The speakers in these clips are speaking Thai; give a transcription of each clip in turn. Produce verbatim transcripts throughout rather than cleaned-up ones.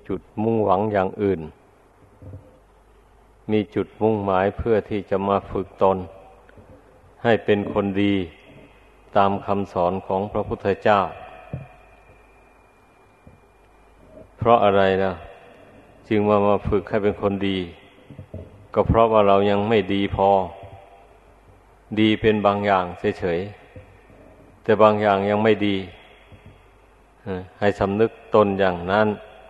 จุดมุ่งหวังอย่างอื่นมีจุดมุ่งหมายเพื่อที่จะมาฝึกตนให้เป็นคนดีตามคำสอนของพระพุทธเจ้าเพราะอะไรนะจึงมามาฝึกให้เป็นคนดีก็เพราะว่าเรายังไม่ดีพอดีเป็นบางอย่างเฉยๆแต่บางอย่างยังไม่ดีให้สำนึกตนอย่างนั้น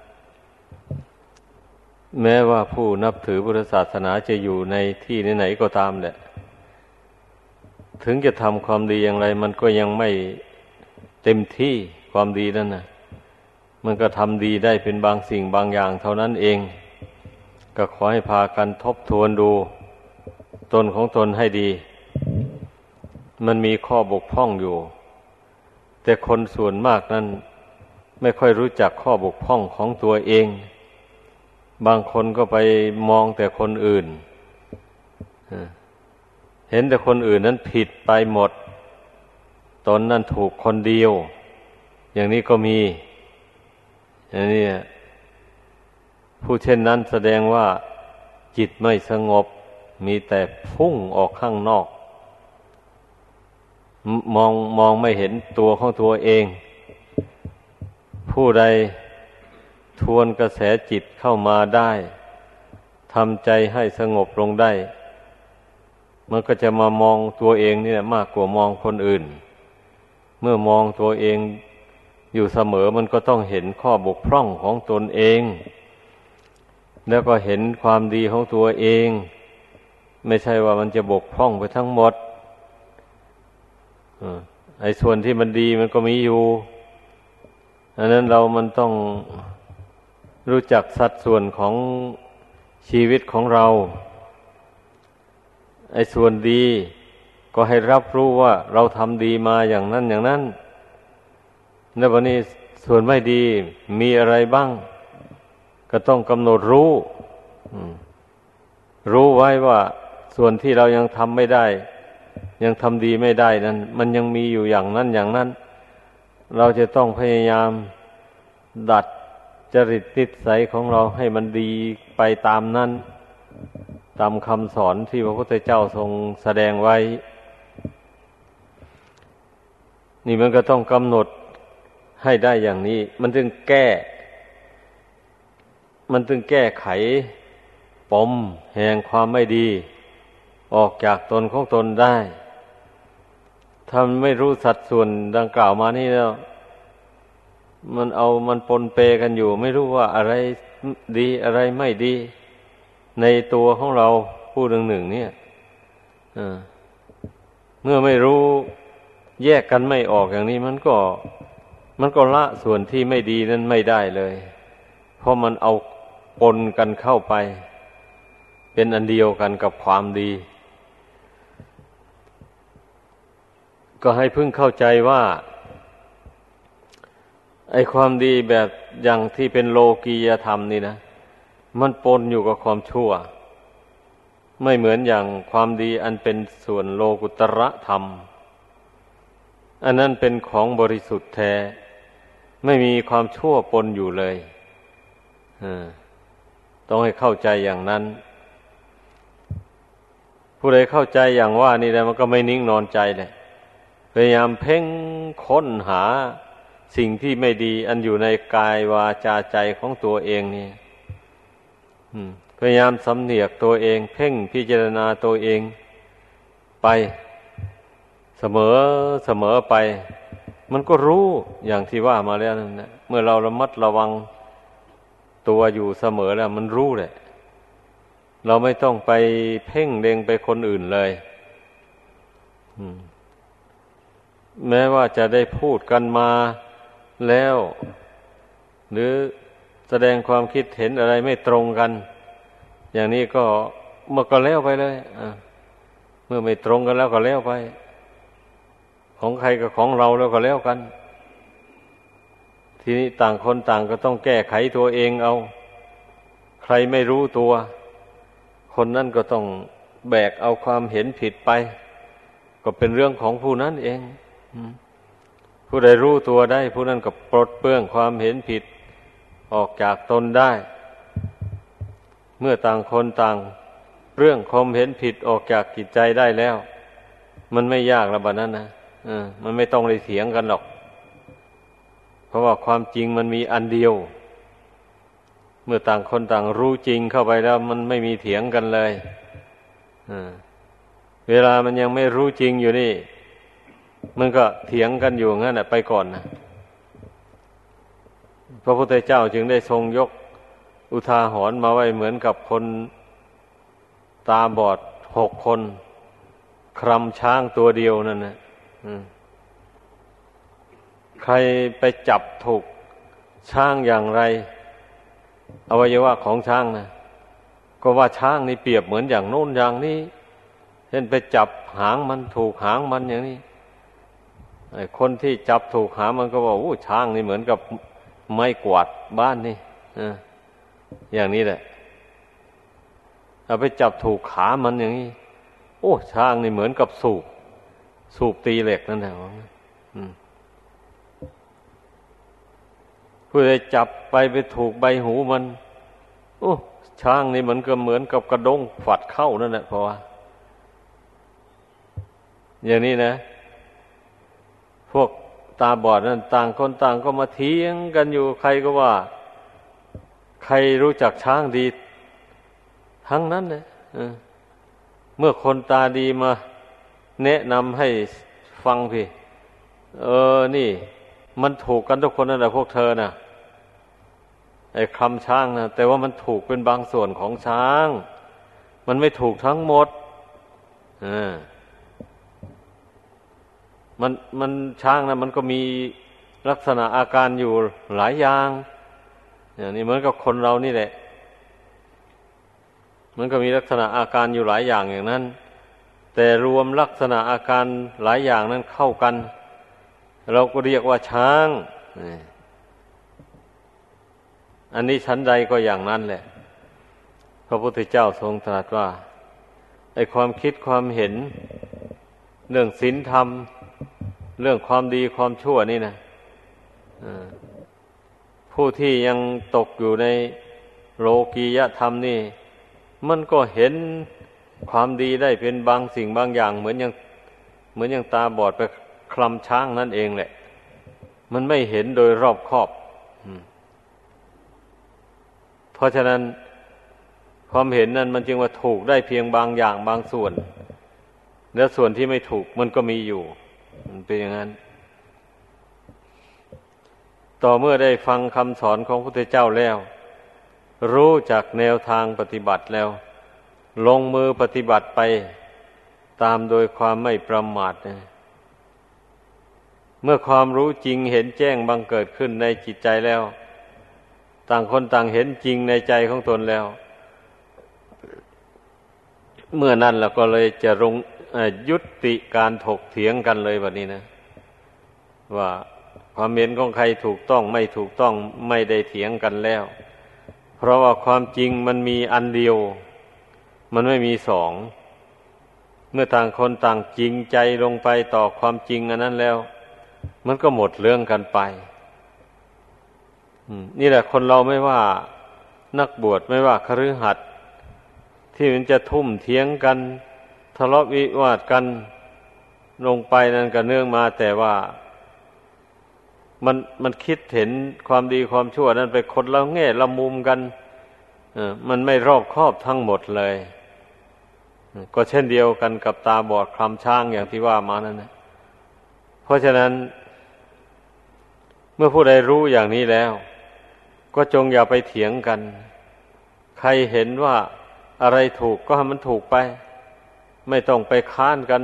แม้ว่าผู้นับถือพุทธศาสนาจะอยู่ในที่ไหนๆก็ตามแหละถึงจะทำความดีอย่างไรมันก็ยังไม่เต็มที่ความดีนั่นนะมันก็ทำดีได้เป็นบางสิ่งบางอย่างเท่านั้นเองก็ขอให้พากันทบทวนดูตนของตนให้ดีมันมีข้อบกพร่องอยู่แต่คนส่วนมากนั้นไม่ค่อยรู้จักข้อบกพร่องของตัวเองบางคนก็ไปมองแต่คนอื่นเห็นแต่คนอื่นนั้นผิดไปหมดตนนั้นถูกคนเดียวอย่างนี้ก็มีอย่างนี้ผู้เช่นนั้นแสดงว่าจิตไม่สงบมีแต่พุ่งออกข้างนอกมองมองไม่เห็นตัวของตัวเองผู้ใดทวนกระแสจิตเข้ามาได้ทำใจให้สงบลงได้มันก็จะมามองตัวเองนี่แหละมากกว่ามองคนอื่นเมื่อมองตัวเองอยู่เสมอมันก็ต้องเห็นข้อบกพร่องของตนเองแล้วก็เห็นความดีของตัวเองไม่ใช่ว่ามันจะบกพร่องไปทั้งหมดไอ้ส่วนที่มันดีมันก็มีอยู่อันนั้นเรามันต้องรู้จักสัดส่วนของชีวิตของเราไอ้ส่วนดีก็ให้รับรู้ว่าเราทำดีมาอย่างนั้นอย่างนั้นแล้ววันนี้ส่วนไม่ดีมีอะไรบ้างก็ต้องกำหนดรู้รู้ไว้ว่าส่วนที่เรายังทำไม่ได้ยังทำดีไม่ได้นั้นมันยังมีอยู่อย่างนั้นอย่างนั้นเราจะต้องพยายามดัดจริตนิสัยของเราให้มันดีไปตามนั้นตามคำสอนที่พระพุทธเจ้าทรงแสดงไว้นี่มันก็ต้องกำหนดให้ได้อย่างนี้มันจึงแก้มันจึงแก้ไขปมแห่งความไม่ดีออกจากตนของตนได้ถ้ามันไม่รู้สัดส่วนดังกล่าวมานี่แล้วมันเอามันปนเปกันอยู่ไม่รู้ว่าอะไรดีอะไรไม่ดีในตัวของเราผู้หนึ่งหนึ่งเนี่ยเมื่อไม่รู้แยกกันไม่ออกอย่างนี้มันก็มันก็ละส่วนที่ไม่ดีนั้นไม่ได้เลยเพราะมันเอาปนกันเข้าไปเป็นอันเดียวกันกับความดีก็ให้พึงเข้าใจว่าไอ้ความดีแบบอย่างที่เป็นโลกียธรรมนี่นะมันปนอยู่กับความชั่วไม่เหมือนอย่างความดีอันเป็นส่วนโลกุตระธรรมอันนั้นเป็นของบริสุทธิ์แท้ไม่มีความชั่วปนอยู่เลยต้องให้เข้าใจอย่างนั้นผู้ใดเข้าใจอย่างว่านี่แล้วมันก็ไม่นิ่งนอนใจเลยพยายามเพ่งค้นหาสิ่งที่ไม่ดีอันอยู่ในกายวาจาใจของตัวเองนี่พยายามสำเนียกตัวเองเพ่งพิจารณาตัวเองไปเสมอเสมอไปมันก็รู้อย่างที่ว่ามาแล้วนั่นแหละเมื่อเราระมัดระวังตัวอยู่เสมอแล้วมันรู้แหละเราไม่ต้องไปเพ่งเล็งไปคนอื่นเลยแม้ว่าจะได้พูดกันมาแล้วหรือแสดงความคิดเห็นอะไรไม่ตรงกันอย่างนี้ก็เมื่อก็แล้วไปเลยเมื่อไม่ตรงกันแล้วก็แล้วไปของใครกับของเราแล้วก็แล้วกันทีนี้ต่างคนต่างก็ต้องแก้ไขตัวเองเอาใครไม่รู้ตัวคนนั้นก็ต้องแบกเอาความเห็นผิดไปก็เป็นเรื่องของผู้นั้นเองผู้ใดรู้ตัวได้ผู้นั้นก็ปลดเปลื้องความเห็นผิดออกจากตนได้เมื่อต่างคนต่างเรื่องความเห็นผิดออกจากจิตใจได้แล้วมันไม่ยากแล้วบัดนั้นนะเออมันไม่ต้องได้เถียงกันหรอกเพราะว่าความจริงมันมีอันเดียวเมื่อต่างคนต่างรู้จริงเข้าไปแล้วมันไม่มีเถียงกันเลยเออเวลามันยังไม่รู้จริงอยู่นี่มันก็เถียงกันอยู่งั้นน่ะไปก่อนนะพระพุทธเจ้าจึงได้ทรงยกอุทาหรณ์มาไว้เหมือนกับคนตาบอดหกคนครำช้างตัวเดียวนั่นนะใครไปจับถูกช้างอย่างไรอวัยวะของช้างนะก็ว่าช้างนี่เปรียบเหมือนอย่างโน้นอย่างนี้เช่นไปจับหางมันถูกหางมันอย่างนี้ไอ้คนที่จับถูกหางมันก็บอกโอ้ช้างนี่เหมือนกับไม้กวาดบ้านนี่อย่างนี้แหละเอาไปจับถูกขามันอย่างนี้โอ้ช้างนี่เหมือนกับสูบสูบตีเหล็กนั่นแหละผู้ใดจับไปไปถูกใบหูมันโอ้ช้างนี่มันก็เหมือนกับกระด้งฝัดเข้านั่นแหละเพราะว่าอย่างนี้นะพวกตาบอดนั่นต่างคนต่างก็มาเถียงกันอยู่ใครก็ว่าใครรู้จักช้างดีทั้งนั้นเลยเมื่อคนตาดีมาแนะนำให้ฟังพี่เออนี่มันถูกกันทุกคนนั่นแหละพวกเธอน่ะไอ้คำช้างนะแต่ว่ามันถูกเป็นบางส่วนของช้างมันไม่ถูกทั้งหมดอ่ามันมันช้างนะมันก็มีลักษณะอาการอยู่หลายอย่างอย่างนี้เหมือนกับคนเรานี่แหละมันก็มีลักษณะอาการอยู่หลายอย่างอย่างนั้นแต่รวมลักษณะอาการหลายอย่างนั้นเข้ากันเราก็เรียกว่าช้างอันนี้ชั้นใดก็อย่างนั้นแหละพระพุทธเจ้าทรงตรัสว่าไอ้ความคิดความเห็นเรื่องศีลธรรมเรื่องความดีความชั่วนี่นะผู้ที่ยังตกอยู่ในโลกียธรรมนี่มันก็เห็นความดีได้เป็นบางสิ่งบางอย่างเหมือนอย่างเหมือนอย่างตาบอดไปคลำช้างนั่นเองแหละมันไม่เห็นโดยรอบคอบเพราะฉะนั้นความเห็นนั้นมันจึงว่าถูกได้เพียงบางอย่างบางส่วนแล้วส่วนที่ไม่ถูกมันก็มีอยู่มันเป็นอย่างนั้นต่อเมื่อได้ฟังคำสอนของพระพุทธเจ้าแล้วรู้จักแนวทางปฏิบัติแล้วลงมือปฏิบัติไปตามโดยความไม่ประมาทนะเมื่อความรู้จริงเห็นแจ้งบังเกิดขึ้นในจิตใจแล้วต่างคนต่างเห็นจริงในใจของตนแล้วเมื่อนั้นเราก็เลยจะลงยุติการถกเถียงกันเลยแบบนี้นะว่าความเห็นของใครถูกต้องไม่ถูกต้องไม่ได้เถียงกันแล้วเพราะว่าความจริงมันมีอันเดียวมันไม่มีสองเมื่อต่างคนต่างจริงใจลงไปต่อความจริงอันนั้นแล้วมันก็หมดเรื่องกันไปนี่แหละคนเราไม่ว่านักบวชไม่ว่าคฤหัสถ์ที่มันจะทุ่มเถียงกันทะเลาะวิวาทกันลงไปนั่นก็เนื่องมาแต่ว่ามันมันคิดเห็นความดีความชั่วนั้นไปคนละแง่ละมุมกันเออมันไม่รอบคอบทั้งหมดเลยก็เช่นเดียวกันกับตาบอดคลำช้างอย่างที่ว่ามานั่นนะเพราะฉะนั้นเมื่อผู้ใดรู้อย่างนี้แล้วก็จงอย่าไปเถียงกันใครเห็นว่าอะไรถูกก็ให้มันถูกไปไม่ต้องไปค้านกัน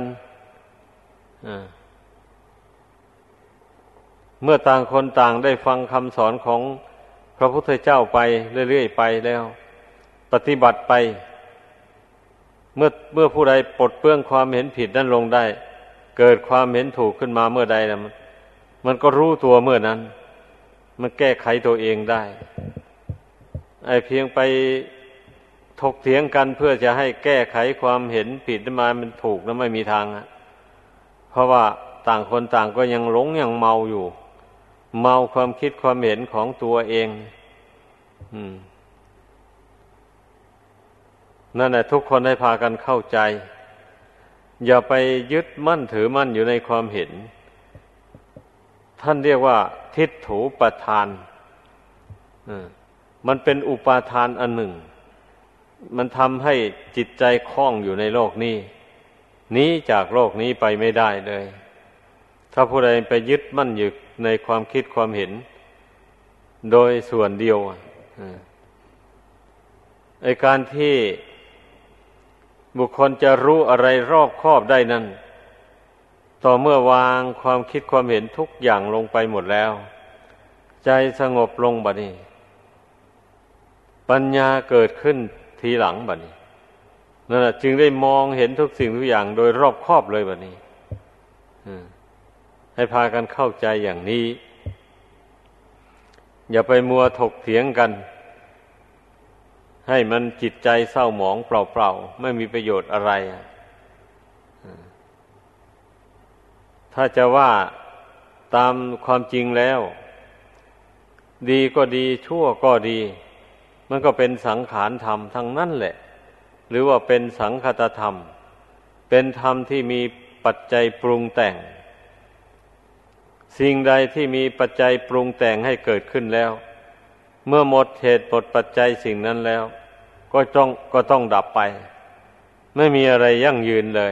เมื่อต่างคนต่างได้ฟังคำสอนของพระพุทธเจ้าไปเรื่อยๆไปแล้วปฏิบัติไปเมื่อเมื่อผู้ใดปลดเปลื้องความเห็นผิดนั้นลงได้เกิดความเห็นถูกขึ้นมาเมื่อใดนะมันมันก็รู้ตัวเมื่อนั้นมันแก้ไขตัวเองได้ไอ้เพียงไปถกเถียงกันเพื่อจะให้แก้ไขความเห็นผิดมามันถูกแล้วไม่มีทางอ่ะเพราะว่าต่างคนต่างก็ยังหลงยังเมาอยู่เมาความคิดความเห็นของตัวเองอืมนั่นแหละทุกคนให้พากันเข้าใจอย่าไปยึดมั่นถือมั่นอยู่ในความเห็นท่านเรียกว่าทิฏฐูปทานมันเป็นอุปาทานอันหนึ่งมันทำให้จิตใจคล้องอยู่ในโลกนี้หนีจากโลกนี้ไปไม่ได้เลยถ้าผู้ใดไปยึดมั่นอยู่ในความคิดความเห็นโดยส่วนเดียวไอ้การที่บุคคลจะรู้อะไรรอบคอบได้นั้นต่อเมื่อวางความคิดความเห็นทุกอย่างลงไปหมดแล้วใจสงบลงบัดนี้ปัญญาเกิดขึ้นทีหลังบัดนี้นั่นแหละจึงได้มองเห็นทุกสิ่งทุกอย่างโดยรอบคอบเลยบัดนี้ให้พากันเข้าใจอย่างนี้อย่าไปมัวถกเถียงกันให้มันจิตใจเศร้าหมองเปล่าๆไม่มีประโยชน์อะไรถ้าจะว่าตามความจริงแล้วดีก็ดีชั่วก็ดีมันก็เป็นสังขารธรรมทั้งนั้นแหละหรือว่าเป็นสังคตธรรมเป็นธรรมที่มีปัจจัยปรุงแต่งสิ่งใดที่มีปัจจัยปรุงแต่งให้เกิดขึ้นแล้วเมื่อหมดเหตุหมดปัจจัยสิ่งนั้นแล้วก็ต้องก็ต้องดับไปไม่มีอะไรยั่งยืนเลย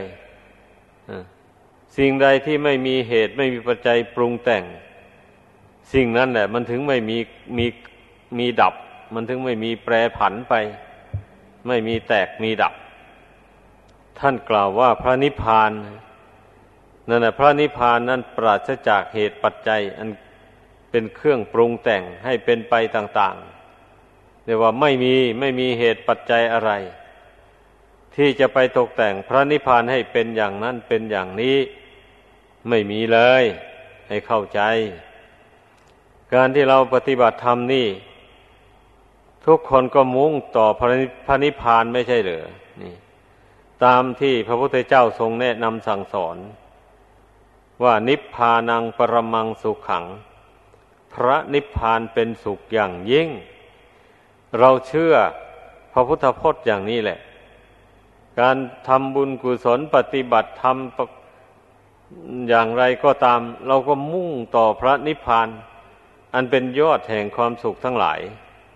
สิ่งใดที่ไม่มีเหตุไม่มีปัจจัยปรุงแต่งสิ่งนั้นแหละมันถึงไม่มีมีมีดับมันถึงไม่มีแปรผันไปไม่มีแตกมีดับท่านกล่าวว่าพระนิพพานนั่นแหละพระนิพพานนั้นปราศจากเหตุปัจจัยอันเป็นเครื่องปรุงแต่งให้เป็นไปต่างๆเรียกว่าไม่มีไม่มีเหตุปัจจัยอะไรที่จะไปตกแต่งพระนิพพานให้เป็นอย่างนั้นเป็นอย่างนี้ไม่มีเลยให้เข้าใจการที่เราปฏิบัติธรรมนี่ทุกคนก็มุ่งต่อพระนิพพานไม่ใช่เหรอนี่ตามที่พระพุทธเจ้าทรงแนะนำสั่งสอนว่านิพพานังปรมังสุขังพระนิพพานเป็นสุขอย่างยิ่งเราเชื่อพระพุทธพจน์อย่างนี้แหละการทำบุญกุศลปฏิบัติธรรมอย่างไรก็ตามเราก็มุ่งต่อพระนิพพานอันเป็นยอดแห่งความสุขทั้งหลาย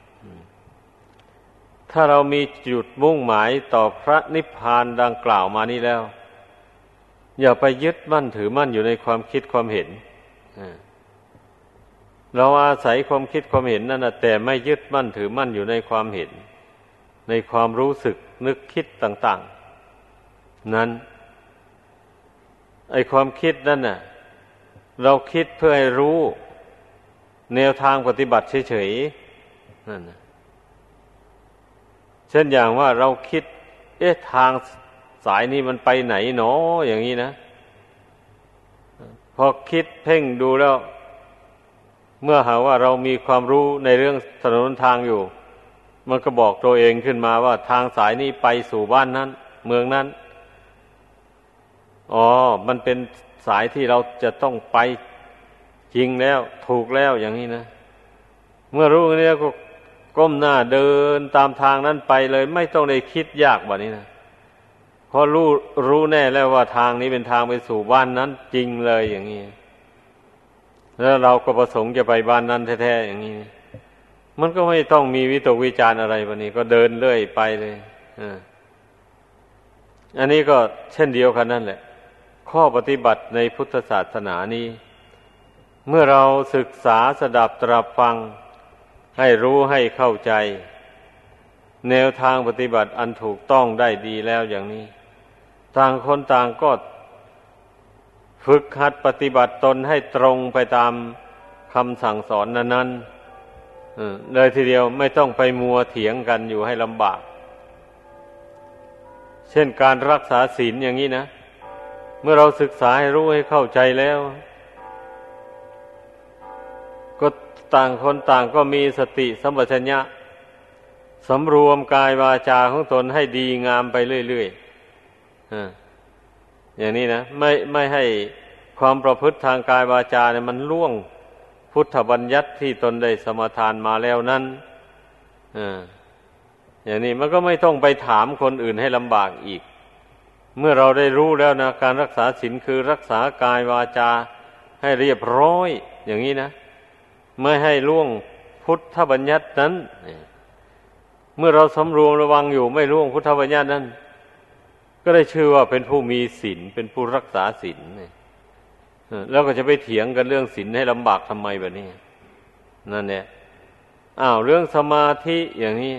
ถ้าเรามีจุดมุ่งหมายต่อพระนิพพานดังกล่าวมานี้แล้วอย่าไปยึดมั่นถือมั่นอยู่ในความคิดความเห็นเราอาศัยความคิดความเห็นนั่นนะแต่ไม่ยึดมั่นถือมั่นอยู่ในความเห็นในความรู้สึกนึกคิดต่างๆนั้นไอ้ความคิดนั่นน่ะเราคิดเพื่อให้รู้แนวทางปฏิบัติเฉยๆนั่นนะเช่นอย่างว่าเราคิดเอ๊ะทางสายนี้มันไปไหนหนออย่างนี้นะพอคิดเพ่งดูแล้วเมื่อหาว่าเรามีความรู้ในเรื่องถนนทางอยู่มันก็บอกตัวเองขึ้นมาว่าทางสายนี้ไปสู่บ้านนั้นเมืองนั้นอ๋อมันเป็นสายที่เราจะต้องไปจริงแล้วถูกแล้วอย่างนี้นะเมื่อรู้อย่างนี้ก็ก้มหน้าเดินตามทางนั้นไปเลยไม่ต้องได้คิดยากแบบนี้นะเพราะรู้รู้แน่แล้วว่าทางนี้เป็นทางไปสู่บ้านนั้นจริงเลยอย่างนี้แล้วเราก็ประสงค์จะไปบ้านนั้นแท้ๆอย่างนี้มันก็ไม่ต้องมีวิตกวิจารณ์อะไรแบบนี้ก็เดินเรื่อยไปเลยอ่าอันนี้ก็เช่นเดียวกันนั่นแหละข้อปฏิบัติในพุทธศาสนานี้เมื่อเราศึกษาสดับตรับฟังให้รู้ให้เข้าใจแนวทางปฏิบัติอันถูกต้องได้ดีแล้วอย่างนี้ต่างคนต่างก็ฝึกหัดปฏิบัติตนให้ตรงไปตามคำสั่งสอนนั้นๆเลยทีเดียวไม่ต้องไปมัวเถียงกันอยู่ให้ลำบากเช่นการรักษาศีลอย่างนี้นะเมื่อเราศึกษาให้รู้ให้เข้าใจแล้วก็ต่างคนต่างก็มีสติสัมปชัญญะสำรวมกายวาจาของตนให้ดีงามไปเรื่อยๆอ่าอย่างนี้นะไม่ไม่ให้ความประพฤติทางกายวาจาเนี่ยมันล่วงพุทธบัญญัติที่ตนได้สมาทานมาแล้วนั้นอ่าอย่างนี้มันก็ไม่ต้องไปถามคนอื่นให้ลำบากอีกเมื่อเราได้รู้แล้วนะการรักษาศีลคือรักษากายวาจาให้เรียบร้อยอย่างนี้นะไม่ให้ล่วงพุทธบัญญัตินั้นเมื่อเราสำรวมระวังอยู่ไม่ล่วงพุทธบัญญัตินั้นก็ได้ชื่อว่าเป็นผู้มีศีลเป็นผู้รักษาศีลแล้วก็จะไปเถียงกันเรื่องศีลให้ลำบากทำไมแบบนี้นั่นแหละอ้าวเรื่องสมาธิอย่างนี้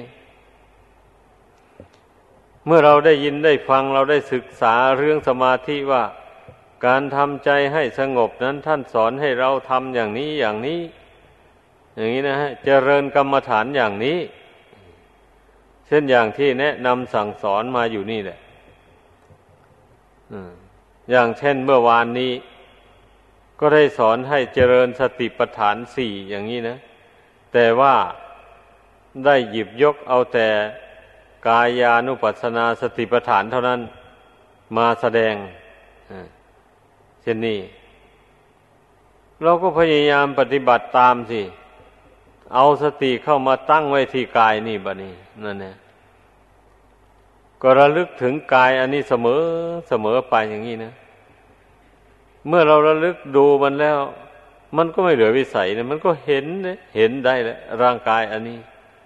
เมื่อเราได้ยินได้ฟังเราได้ศึกษาเรื่องสมาธิว่าการทำใจให้สงบนั้นท่านสอนให้เราทำอย่างนี้อย่างนี้อย่างนี้นะฮะเจริญกรรมฐานอย่างนี้เช่นอย่างที่แนะนำสั่งสอนมาอยู่นี่แหละอย่างเช่นเมื่อวานนี้ก็ได้สอนให้เจริญสติปัฏฐานสี่อย่างนี้นะแต่ว่าได้หยิบยกเอาแต่กายานุปัสสนาสติปัฏฐานเท่านั้นมาแสดงเช่นนี้เราก็พยายามปฏิบัติตามสิเอาสติเข้ามาตั้งไว้ที่กายนี่บัดนี้นั่นแหละก็ระลึกถึงกายอันนี้เสมอเสมอไปอย่างนี้นะเมื่อเราระลึกดูมันแล้วมันก็ไม่เหลือวิสัยนะมันก็เห็นเห็นได้แหละร่างกายอันนี้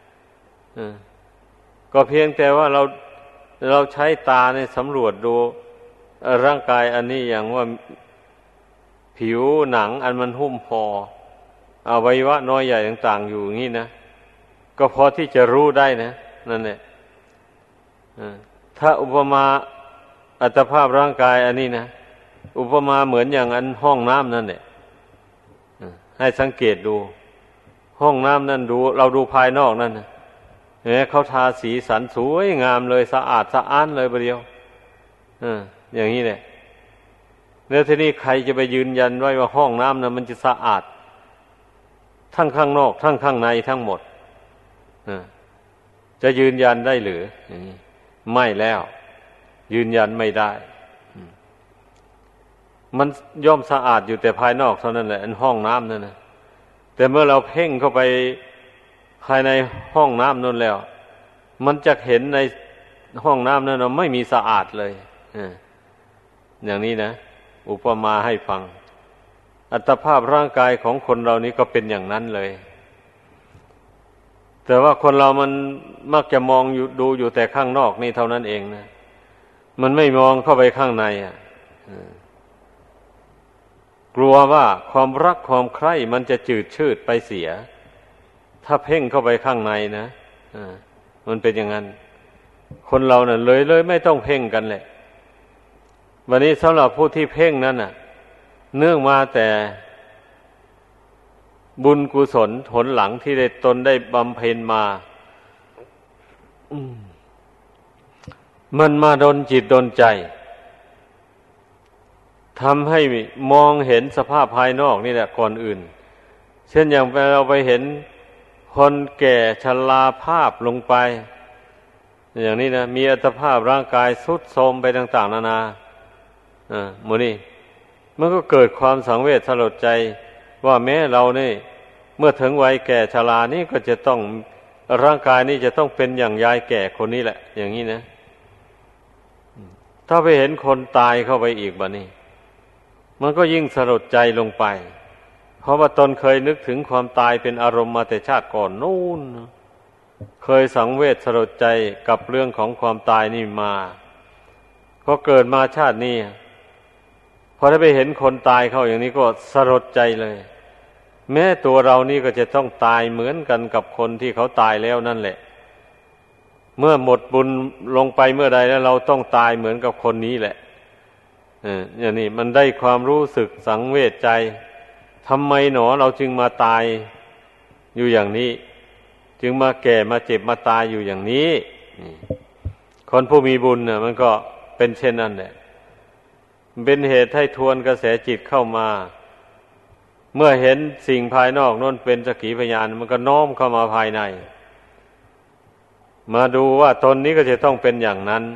ก็เพียงแต่ว่าเราเราใช้ตาในสำรวจดูร่างกายอันนี้อย่างว่าผิวหนังอันมันหุ้มพออวัยวะน้อยใหญ่ต่างๆอยู่อย่างนี้นะก็พอที่จะรู้ได้นะนั่นแหละถ้าอุปมาอัตภาพร่างกายอันนี้นะอุปมาเหมือนอย่างอันห้องน้ำนั่นแหละให้สังเกตดูห้องน้ำนั่นดูเราดูภายนอกนั่นนะเห็นเขาทาสีสันสวยงามเลยสะอาดสะอ้านเลยประเดียวอ่าอย่างนี้แหละแล้วทีนี้ใครจะไปยืนยันไว้ว่าห้องน้ำนั้นมันจะสะอาดทั้งข้างนอกทั้งข้างในทั้งหมดอ่าจะยืนยันได้หรืออย่างนี้ไม่แล้วยืนยันไม่ได้มันย่อมสะอาดอยู่แต่ภายนอกเท่านั้นแหละอันห้องน้ำนั่นนะแต่เมื่อเราเพ่งเข้าไปภายในห้องน้ำนั่นแล้วมันจะเห็นในห้องน้ำนั้นไม่มีสะอาดเลยอย่างนี้นะอุปมาให้ฟังอัตภาพร่างกายของคนเรานี้ก็เป็นอย่างนั้นเลยแต่ว่าคนเรามันมักจะมองอยู่ดูอยู่แต่ข้างนอกนี่เท่านั้นเองนะมันไม่มองเข้าไปข้างในอ่ะกลัวว่าความรักความใคร่มันจะจืดชืดไปเสียถ้าเพ่งเข้าไปข้างในนะอ่ามันเป็นอย่างนั้นคนเราเนี่ยเลยเลยไม่ต้องเพ่งกันแหละวันนี้สำหรับผู้ที่เพ่งนั้นน่ะเนื่องมาแต่บุญกุศลผลหลังที่ได้ตนได้บำเพ็ญมามันมาดลจิตดลใจทำให้มองเห็นสภาพภายนอกนี่แหละก่อนอื่นเช่นอย่างเราไปเห็นคนแก่ชราภาพลงไปอย่างนี้นะมีอัตภาพร่างกายทรุดโทรมไปต่างๆนานาอ่าหมู่นี้มันก็เกิดความสังเวชสลดใจว่าแม้เรานี่เมื่อถึงวัยแก่ชรานี่ก็จะต้องร่างกายนี่จะต้องเป็นอย่างยายแก่คนนี้แหละอย่างนี้นะถ้าไปเห็นคนตายเข้าไปอีกบัดนี้มันก็ยิ่งสลดใจลงไปเพราะว่าตนเคยนึกถึงความตายเป็นอารมณ์มาแต่ชาติก่อนนู่นเคยสังเวชสลดใจกับเรื่องของความตายนี่มาพอเกิดมาชาตินี้พอได้ไปเห็นคนตายเข้าอย่างนี้ก็สลดใจเลยแม้ตัวเรานี่ก็จะต้องตายเหมือนกันกับคนที่เขาตายแล้วนั่นแหละเมื่อหมดบุญลงไปเมื่อใดแล้วเราต้องตายเหมือนกับคนนี้แหละเอออย่างนี้มันได้ความรู้สึกสังเวชใจทำไมหนอเราจึงมาตายอยู่อย่างนี้จึงมาแก่มาเจ็บมาตายอยู่อย่างนี้คนผู้มีบุญน่ะมันก็เป็นเช่นนั้นแหละเป็นเหตุให้ทวนกระแสจิตเข้ามาเมื่อเห็นสิ่งภายนอกนั่นเป็นสักขีพยานมันก็น้อมเข้ามาภายในมาดูว่าตนนี้ก็จะต้องเป็นอย่างนั้น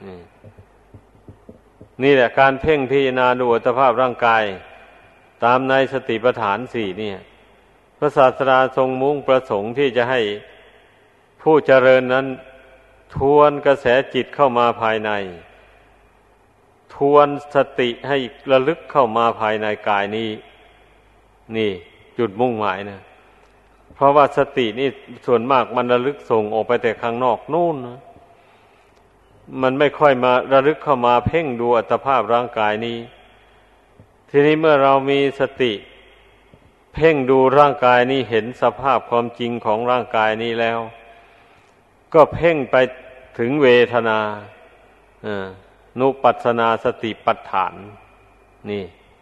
นี่แหละการเพ่งพิจารณาดูอัตภาพร่างกายตามในสติปัฏฐานสี่นี่พระศาสดาทรงมุ่งประสงค์ที่จะให้ผผู้เจริญนั้นทวนกระแสจิตเข้ามาภายในทวนสติให้ระลึกเข้ามาภายในกายนี้นี่จุดมุ่งหมายนะเพราะว่าสตินี่ส่วนมากมันระลึกส่งออกไปแต่ข้างนอกนู่นนะมันไม่ค่อยมาระลึกเข้ามาเพ่งดูอัตภาพร่างกายนี้ทีนี้เมื่อเรามีสติเพ่งดูร่างกายนี้เห็นสภาพความจริงของร่างกายนี้แล้วก็เพ่งไปถึงเวทนานุปัสสนาสติปัฏฐานนี่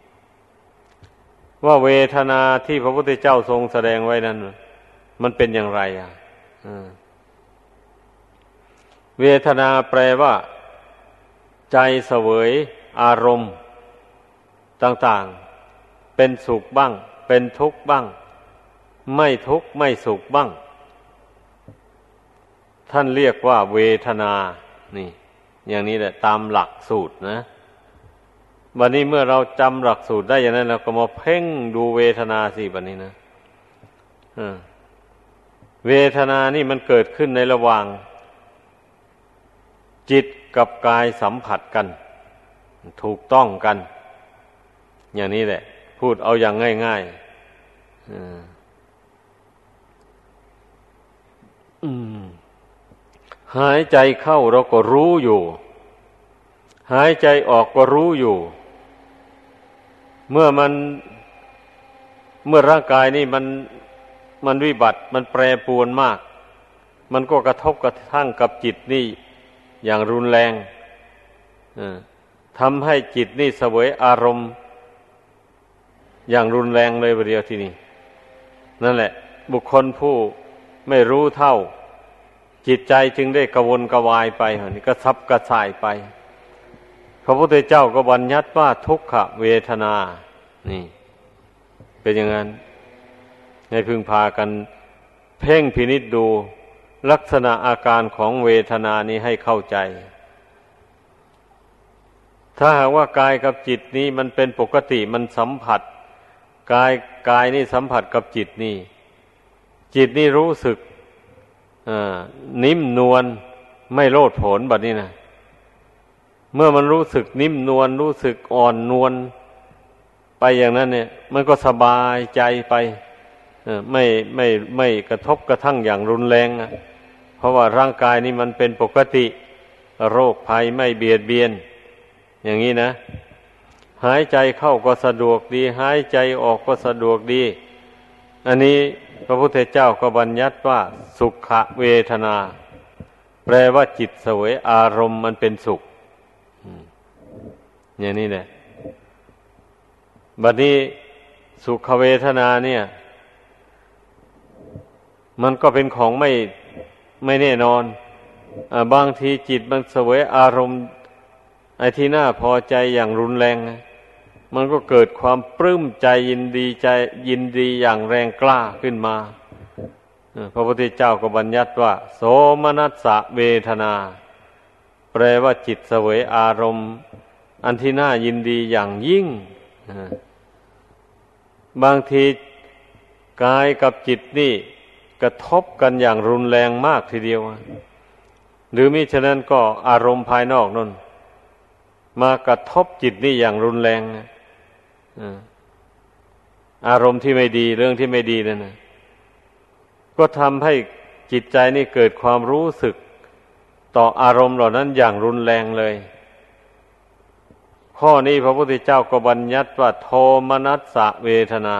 ว่าเวทนาที่พระพุทธเจ้าทรงแสดงไว้นั้นมันเป็นอย่างไรอ่ะเวทนาแปลว่าใจเสวยอารมณ์ต่างๆเป็นสุขบ้างเป็นทุกข์บ้างไม่ทุกข์ไม่สุขบ้างท่านเรียกว่าเวทนานี่อย่างนี้แหละตามหลักสูตรนะวันนี้เมื่อเราจำหลักสูตรได้อย่างนั้นเราก็มาเพ่งดูเวทนาสิบัดนี้นะเวทนานี่มันเกิดขึ้นในระหว่างจิตกับกายสัมผัสกันถูกต้องกันอย่างนี้แหละพูดเอาอย่างง่ายๆอืมอืมหายใจเข้าเราก็รู้อยู่หายใจออกก็รู้อยู่เมื่อมันเมื่อร่างกายนี่มันมันวิบัติมันแปรปรวนมากมันก็กระทบกระทั่งกับจิตนี่อย่างรุนแรงทำให้จิตนี่เสวยอารมณ์อย่างรุนแรงเลยประเดี๋ยวที่นี่นั่นแหละบุคคลผู้ไม่รู้เท่าจิตใจจึงได้กระวนกระวายไปนี่กระซับกระส่ายไปพระพุทธเจ้าก็บัญญัติว่าทุกขเวทนานี่เป็นอย่างนั้นให้พึงพากันเพ่งพินิจดูลักษณะอาการของเวทนานี้ให้เข้าใจถ้าหากว่ากายกับจิตนี้มันเป็นปกติมันสัมผัสกายกายนี่สัมผัสกับจิตนี่จิตนี่รู้สึกนิ่มนวลไม่โลดโผนแบบนี้นะเมื่อมันรู้สึกนิ่มนวลรู้สึกอ่อนนวลไปอย่างนั้นเนี่ยมันก็สบายใจไปไม่ไม่ไม่กระทบกระทั่งอย่างรุนแรงนะเพราะว่าร่างกายนี่มันเป็นปกติโรคภัยไม่เบียดเบียนอย่างนี้นะหายใจเข้าก็สะดวกดีหายใจออกก็สะดวกดีอันนี้พระพุทธเจ้าก็บัญญัติว่าสุขเวทนาแปลว่าจิตเสวยอารมณ์มันเป็นสุขอย่างนี้แหละบัดนี้สุขเวทนาเนี่ยมันก็เป็นของไม่ไม่แน่นอนอ่าบางทีจิตมันเสวยอารมณ์ไอ้ที่น่าพอใจอย่างรุนแรงมันก็เกิดความปลื้มใจยินดีใจยินดีอย่างแรงกล้าขึ้นมาพระพุทธเจ้าก็บัญญัติว่าโสมนัสสะเวทนาแปลว่าจิตเสวยอารมณ์อันที่น่ายินดีอย่างยิ่งบางทีกายกับจิตนี่กระทบกันอย่างรุนแรงมากทีเดียวหรือมิฉะนั้นก็อารมณ์ภายนอกนั่นมากระทบจิตนี่อย่างรุนแรงอารมณ์ที่ไม่ดีเรื่องที่ไม่ดีนั่นนะก็ทำให้จิตใจนี่เกิดความรู้สึกต่ออารมณ์เหล่านั้นอย่างรุนแรงเลยข้อนี้พระพุทธเจ้าก็บัญญัติว่าโทมนัสสะเวทนา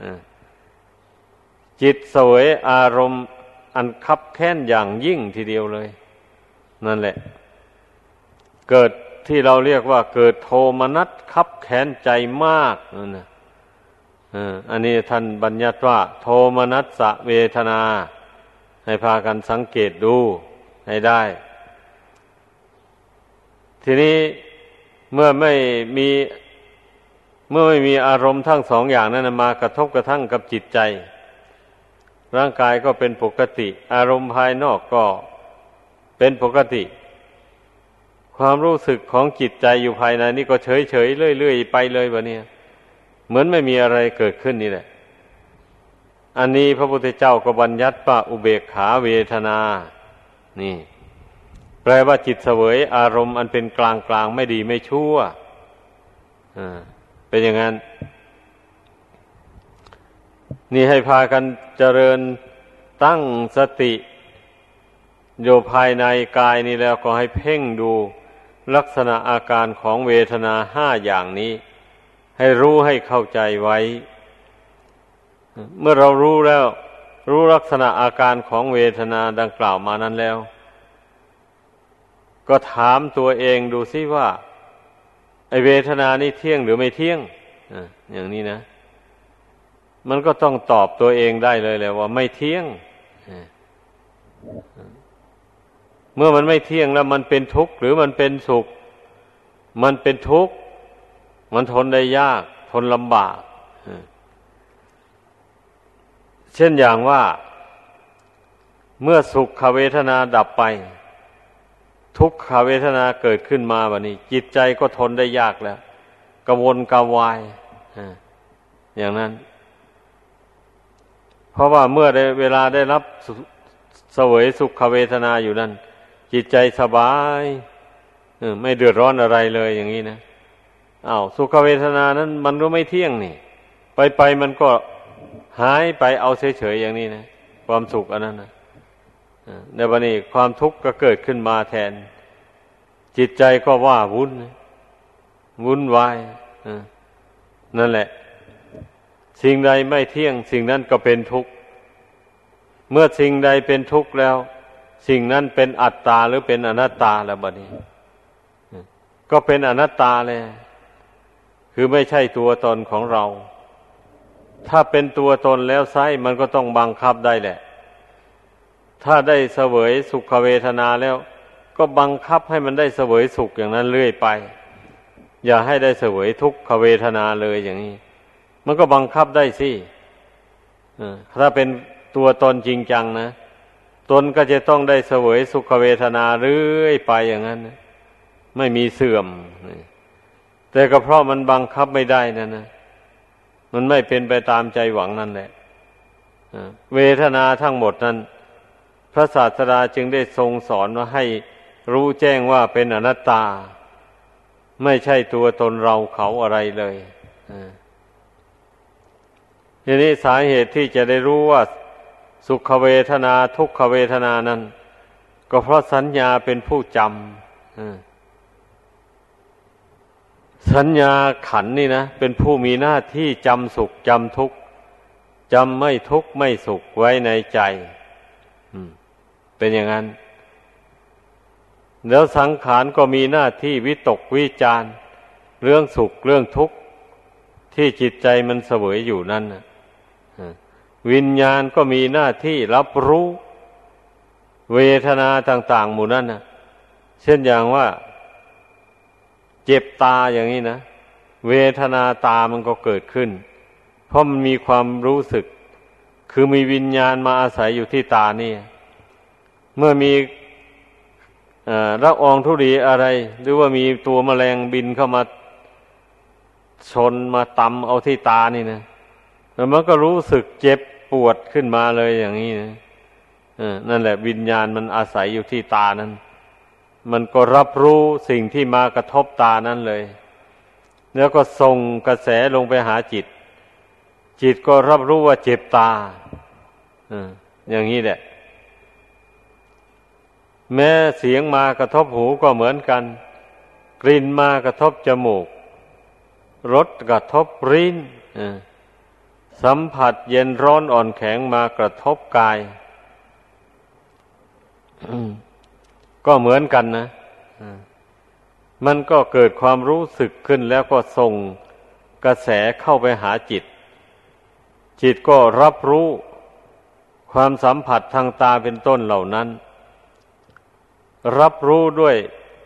จิตเสวยอารมณ์อันคับแค้นอย่างยิ่งทีเดียวเลยนั่นแหละเกิดที่เราเรียกว่าเกิดโทมนัสคับแค้นใจมากนั่นนะอันนี้ท่านบัญญัติว่าโทมนัสสะเวทนาให้พากันสังเกตดูให้ได้ทีนี้เมื่อไม่มีเมื่อไม่มีอารมณ์ทั้งสองอย่างนั้นมากระทบกระทั่งกับจิตใจร่างกายก็เป็นปกติอารมณ์ภายนอกก็เป็นปกติความรู้สึกของจิตใจอยู่ภายในนี่ก็เฉยเฉยเรื่อยๆไปเลยแบบนี้เหมือนไม่มีอะไรเกิดขึ้นนี่แหละอันนี้พระพุทธเจ้าก็บัญญัติว่าอุเบกขาเวทนานี่แปลว่าจิตเสวยอารมณ์อันเป็นกลางกลางไม่ดีไม่ชั่วอ่าเป็นอย่างนั้นนี่ให้พากันเจริญตั้งสติอยู่ภายในกายนี้แล้วก็ให้เพ่งดูลักษณะอาการของเวทนาห้าอย่างนี้ให้รู้ให้เข้าใจไว้เมื่อเรารู้แล้วรู้ลักษณะอาการของเวทนาดังกล่าวมานั้นแล้วก็ถามตัวเองดูซิว่าไอเวทนานี่เที่ยงหรือไม่เที่ยงอ่าอย่างนี้นะมันก็ต้องตอบตัวเองได้เลยแหละว่าไม่เที่ยงเมื่อมันไม่เที่ยงแล้วมันเป็นทุกข์หรือมันเป็นสุขมันเป็นทุกข์มันทนได้ยากทนลำบากเช่นอย่างว่าเมื่อสุขเวทนาดับไปทุกขเวทนาเกิดขึ้นมาบัดนี้จิตใจก็ทนได้ยากแล้วกระวนกระวายอย่างนั้นเพราะว่าเมื่อได้เวลาได้รับเสวยสุขเวทนาอยู่นั้นจิตใจสบายไม่เดือดร้อนอะไรเลยอย่างนี้นะอ้าวสุขเวทนานั้นมันก็ไม่เที่ยงนี่ไปไปมันก็หายไปเอาเฉยๆอย่างนี้นะความสุขอันนั้นนะในวันนี้ความทุกข์ก็เกิดขึ้นมาแทนจิตใจก็ว่าวุ่นวุ่นวายนั่นแหละสิ่งใดไม่เที่ยงสิ่งนั้นก็เป็นทุกข์เมื่อสิ่งใดเป็นทุกข์แล้วสิ่งนั้นเป็นอัตตาหรือเป็นอนัตตาแล้วบัดนี้ก็เป็นอนัตตาเลยคือไม่ใช่ตัวตนของเราถ้าเป็นตัวตนแล้วไซมันก็ต้องบังคับได้แหละถ้าได้เสวยสุขเวทนาแล้วก็บังคับให้มันได้เสวยสุขอย่างนั้นเรื่อยไปอย่าให้ได้เสวยทุกขเวทนาเลยอย่างนี้มันก็บังคับได้สิถ้าเป็นตัวตนจริงจังนะตนก็จะต้องได้เสวยสุขเวทนาเรื่อยไปอย่างนั้นไม่มีเสื่อมแต่ก็เพราะมันบังคับไม่ได้นั่นนะมันไม่เป็นไปตามใจหวังนั่นแหละเวทนาทั้งหมดนั้นพระศาสดาจึงได้ทรงสอนว่าให้รู้แจ้งว่าเป็นอนัตตาไม่ใช่ตัวตนเราเขาอะไรเลยทีนี้สาเหตุที่จะได้รู้ว่าสุขเวทนาทุกขเวทนานั้นก็เพราะสัญญาเป็นผู้จำสัญญาขันธ์นี่นะเป็นผู้มีหน้าที่จำสุขจำทุกข์จำไม่ทุกข์ไม่สุขไว้ในใจเป็นอย่างนั้นแล้วสังขารก็มีหน้าที่วิตกวิจารณ์เรื่องสุขเรื่องทุกข์ที่จิตใจมันเสวยอยู่นั่นนะวิญญาณก็มีหน้าที่รับรู้เวทนาต่างๆหมู่นั้นนะเช่นอย่างว่าเจ็บตาอย่างนี้นะเวทนาตามันก็เกิดขึ้นเพราะมันมีความรู้สึกคือมีวิญญาณมาอาศัยอยู่ที่ตานี่เมื่อมีละอองธุลีอะไรหรือว่ามีตัวแมลงบินเข้ามาชนมาตำเอาที่ตานี่นะแล้วมันก็รู้สึกเจ็บปวดขึ้นมาเลยอย่างนี้นะนั่นแหละวิญญาณมันอาศัยอยู่ที่ตานั้นมันก็รับรู้สิ่งที่มากระทบตานั้นเลยแล้วก็ส่งกระแสลงไปหาจิตจิตก็รับรู้ว่าเจ็บตาอย่างนี้แหละแม้เสียงมากระทบหูก็เหมือนกันกลิ่นมากระทบจมูกรสกระทบลิ้นสัมผัสเย็นร้อนอ่อนแข็งมากระทบกายก็เหมือนกันนะมันก็เกิดความรู้สึกขึ้นแล้วก็ส่งกระแสเข้าไปหาจิตจิตก็รับรู้ความสัมผัสทางตาเป็นต้นเหล่านั้นรับรู้ด้วย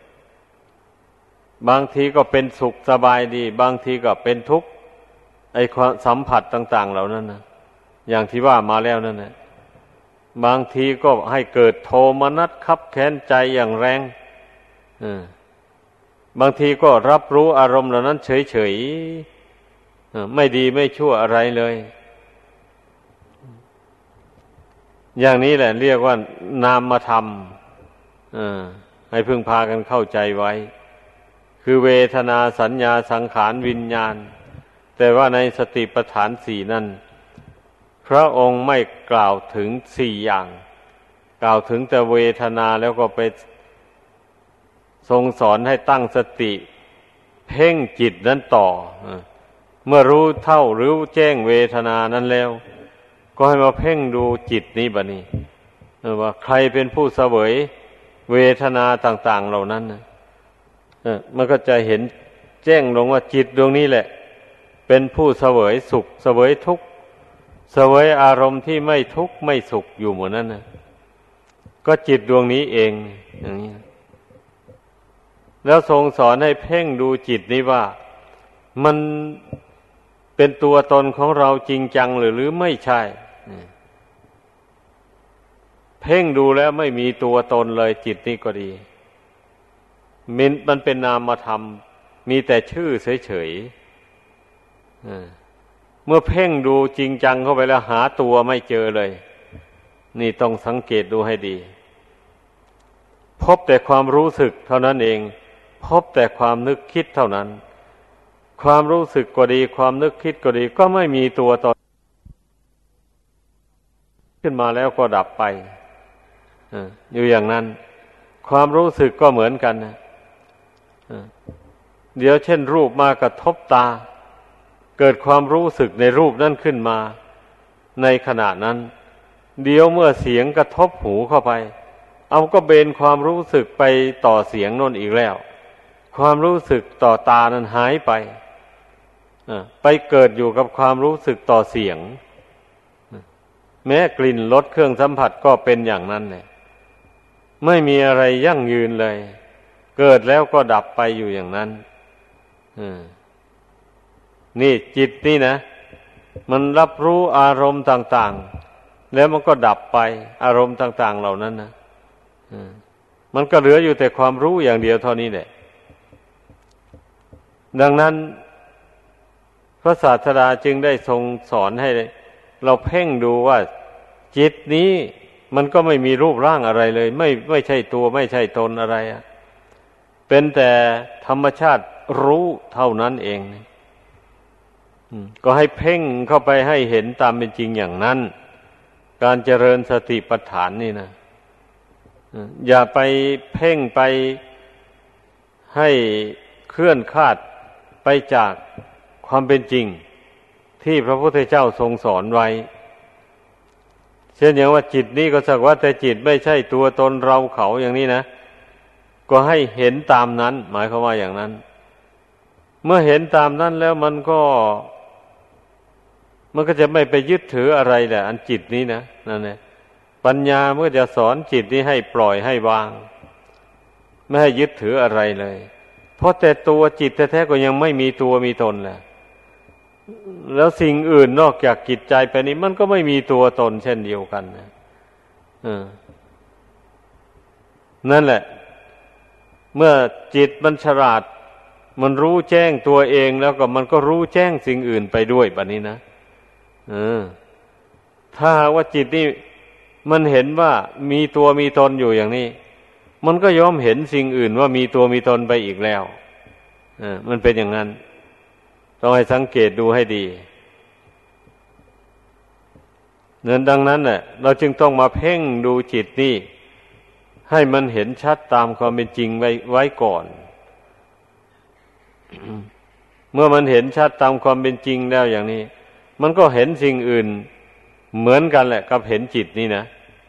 บางทีก็เป็นสุขสบายดีบางทีก็เป็นทุกข์ไอ้ความสัมผัสต่างๆเหล่านั้นนะอย่างที่ว่ามาแล้วนั่นนะบางทีก็ให้เกิดโทมนัสคับแค้นใจอย่างแรงบางทีก็รับรู้อารมณ์เหล่านั้นเฉยๆไม่ดีไม่ชั่วอะไรเลยอย่างนี้แหละเรียกว่านามธรรมให้พึงพากันเข้าใจไว้คือเวทนาสัญญาสังขารวิญญาณแต่ว่าในสติปัฏฐานสี่นั้นพระองค์ไม่กล่าวถึงสี่อย่างกล่าวถึงแต่เวทนาแล้วก็ไปทรงสอนให้ตั้งสติเพ่งจิตนั้นต่อเมื่อรู้เท่ารู้แจ้งเวทนานั้นแล้วก็ให้มาเพ่งดูจิตนี้บัดนี้ว่าใครเป็นผู้เสวยเวทนาต่างๆเหล่านั้นนะมันก็จะเห็นแจ้งลงว่าจิตดวงนี้แหละเป็นผู้เสวยสุขเสวยทุกข์เสวยอารมณ์ที่ไม่ทุกข์ไม่สุขอยู่หมดนั้นนะก็จิตดวงนี้เองอย่างนี้แล้วทรงสอนให้เพ่งดูจิตนี้ว่ามันเป็นตัวตนของเราจริงจังหรือหรือไม่ใช่เพ่งดูแล้วไม่มีตัวตนเลยจิตนี้ก็ดีมันมันเป็นนามธรรมมีแต่ชื่อเฉยๆเมื่อเพ่งดูจริงจังเข้าไปแล้วหาตัวไม่เจอเลยนี่ต้องสังเกตดูให้ดีพบแต่ความรู้สึกเท่านั้นเองพบแต่ความนึกคิดเท่านั้นความรู้สึกก็ดีความนึกคิดก็ดีก็ไม่มีตัวตนขึ้นมาแล้วก็ดับไปอยู่อย่างนั้นความรู้สึกก็เหมือนกันนะเดี๋ยวเช่นรูปมากระทบตาเกิดความรู้สึกในรูปนั้นขึ้นมาในขณะนั้นเดี๋ยวเมื่อเสียงกระทบหูเข้าไปเอาก็เบนความรู้สึกไปต่อเสียงโน่นอีกแล้วความรู้สึกต่อตานั้นหายไปไปเกิดอยู่กับความรู้สึกต่อเสียงแม้กลิ่นรสเครื่องสัมผัสก็เป็นอย่างนั้นเลยไม่มีอะไรยั่งยืนเลยเกิดแล้วก็ดับไปอยู่อย่างนั้นนี่จิตนี่นะมันรับรู้อารมณ์ต่างๆแล้วมันก็ดับไปอารมณ์ต่างๆเหล่านั้นนะมันก็เหลืออยู่แต่ความรู้อย่างเดียวเท่านี้แหละดังนั้นพระศาสดาจึงได้ทรงสอนให้เราเพ่งดูว่าจิตนี้มันก็ไม่มีรูปร่างอะไรเลยไม่ไม่ใช่ตัวไม่ใช่ตนอะไรอ่ะเป็นแต่ธรรมชาติรู้เท่านั้นเองก็ให้เพ่งเข้าไปให้เห็นตามเป็นจริงอย่างนั้นการเจริญสติปัฏฐานนี่นะอย่าไปเพ่งไปให้เคลื่อนคลาดไปจากความเป็นจริงที่พระพุทธเจ้าทรงสอนไว้เช่นอย่างว่าจิตนี้ก็สักว่าแต่จิตไม่ใช่ตัวตนเราเขาอย่างนี้นะก็ให้เห็นตามนั้นหมายความว่าอย่างนั้นเมื่อเห็นตามนั้นแล้วมันก็มันก็จะไม่ไปยึดถืออะไรแหละอันจิตนี้นะนั่นแหละปัญญาเมื่อจะสอนจิตนี้ให้ปล่อยให้วางไม่ให้ยึดถืออะไรเลยเพราะแต่ตัวจิตแท้ๆก็ยังไม่มีตัวมีตนแหละแล้วสิ่งอื่นนอกจากจิตใจไปนี้มันก็ไม่มีตัวตนเช่นเดียวกันนะนั่นแหละเมื่อจิตมันฉลาดมันรู้แจ้งตัวเองแล้วก็มันก็รู้แจ้งสิ่งอื่นไปด้วยแบบนี้นะเออถ้าว่าจิตนี่มันเห็นว่ามีตัวมีตนอยู่อย่างนี้มันก็ยอมเห็นสิ่งอื่นว่ามีตัวมีตนไปอีกแล้วเออมันเป็นอย่างนั้นต้องให้สังเกตดูให้ดีนั้นดังนั้นน่ะเราจึงต้องมาเพ่งดูจิตนี่ให้มันเห็นชัดตามความเป็นจริงไว้ไว้ก่อน เมื่อมันเห็นชัดตามความเป็นจริงแล้วอย่างนี้มันก็เห็นสิ่งอื่นเหมือนกันแหละกับเห็นจิตนี่นะ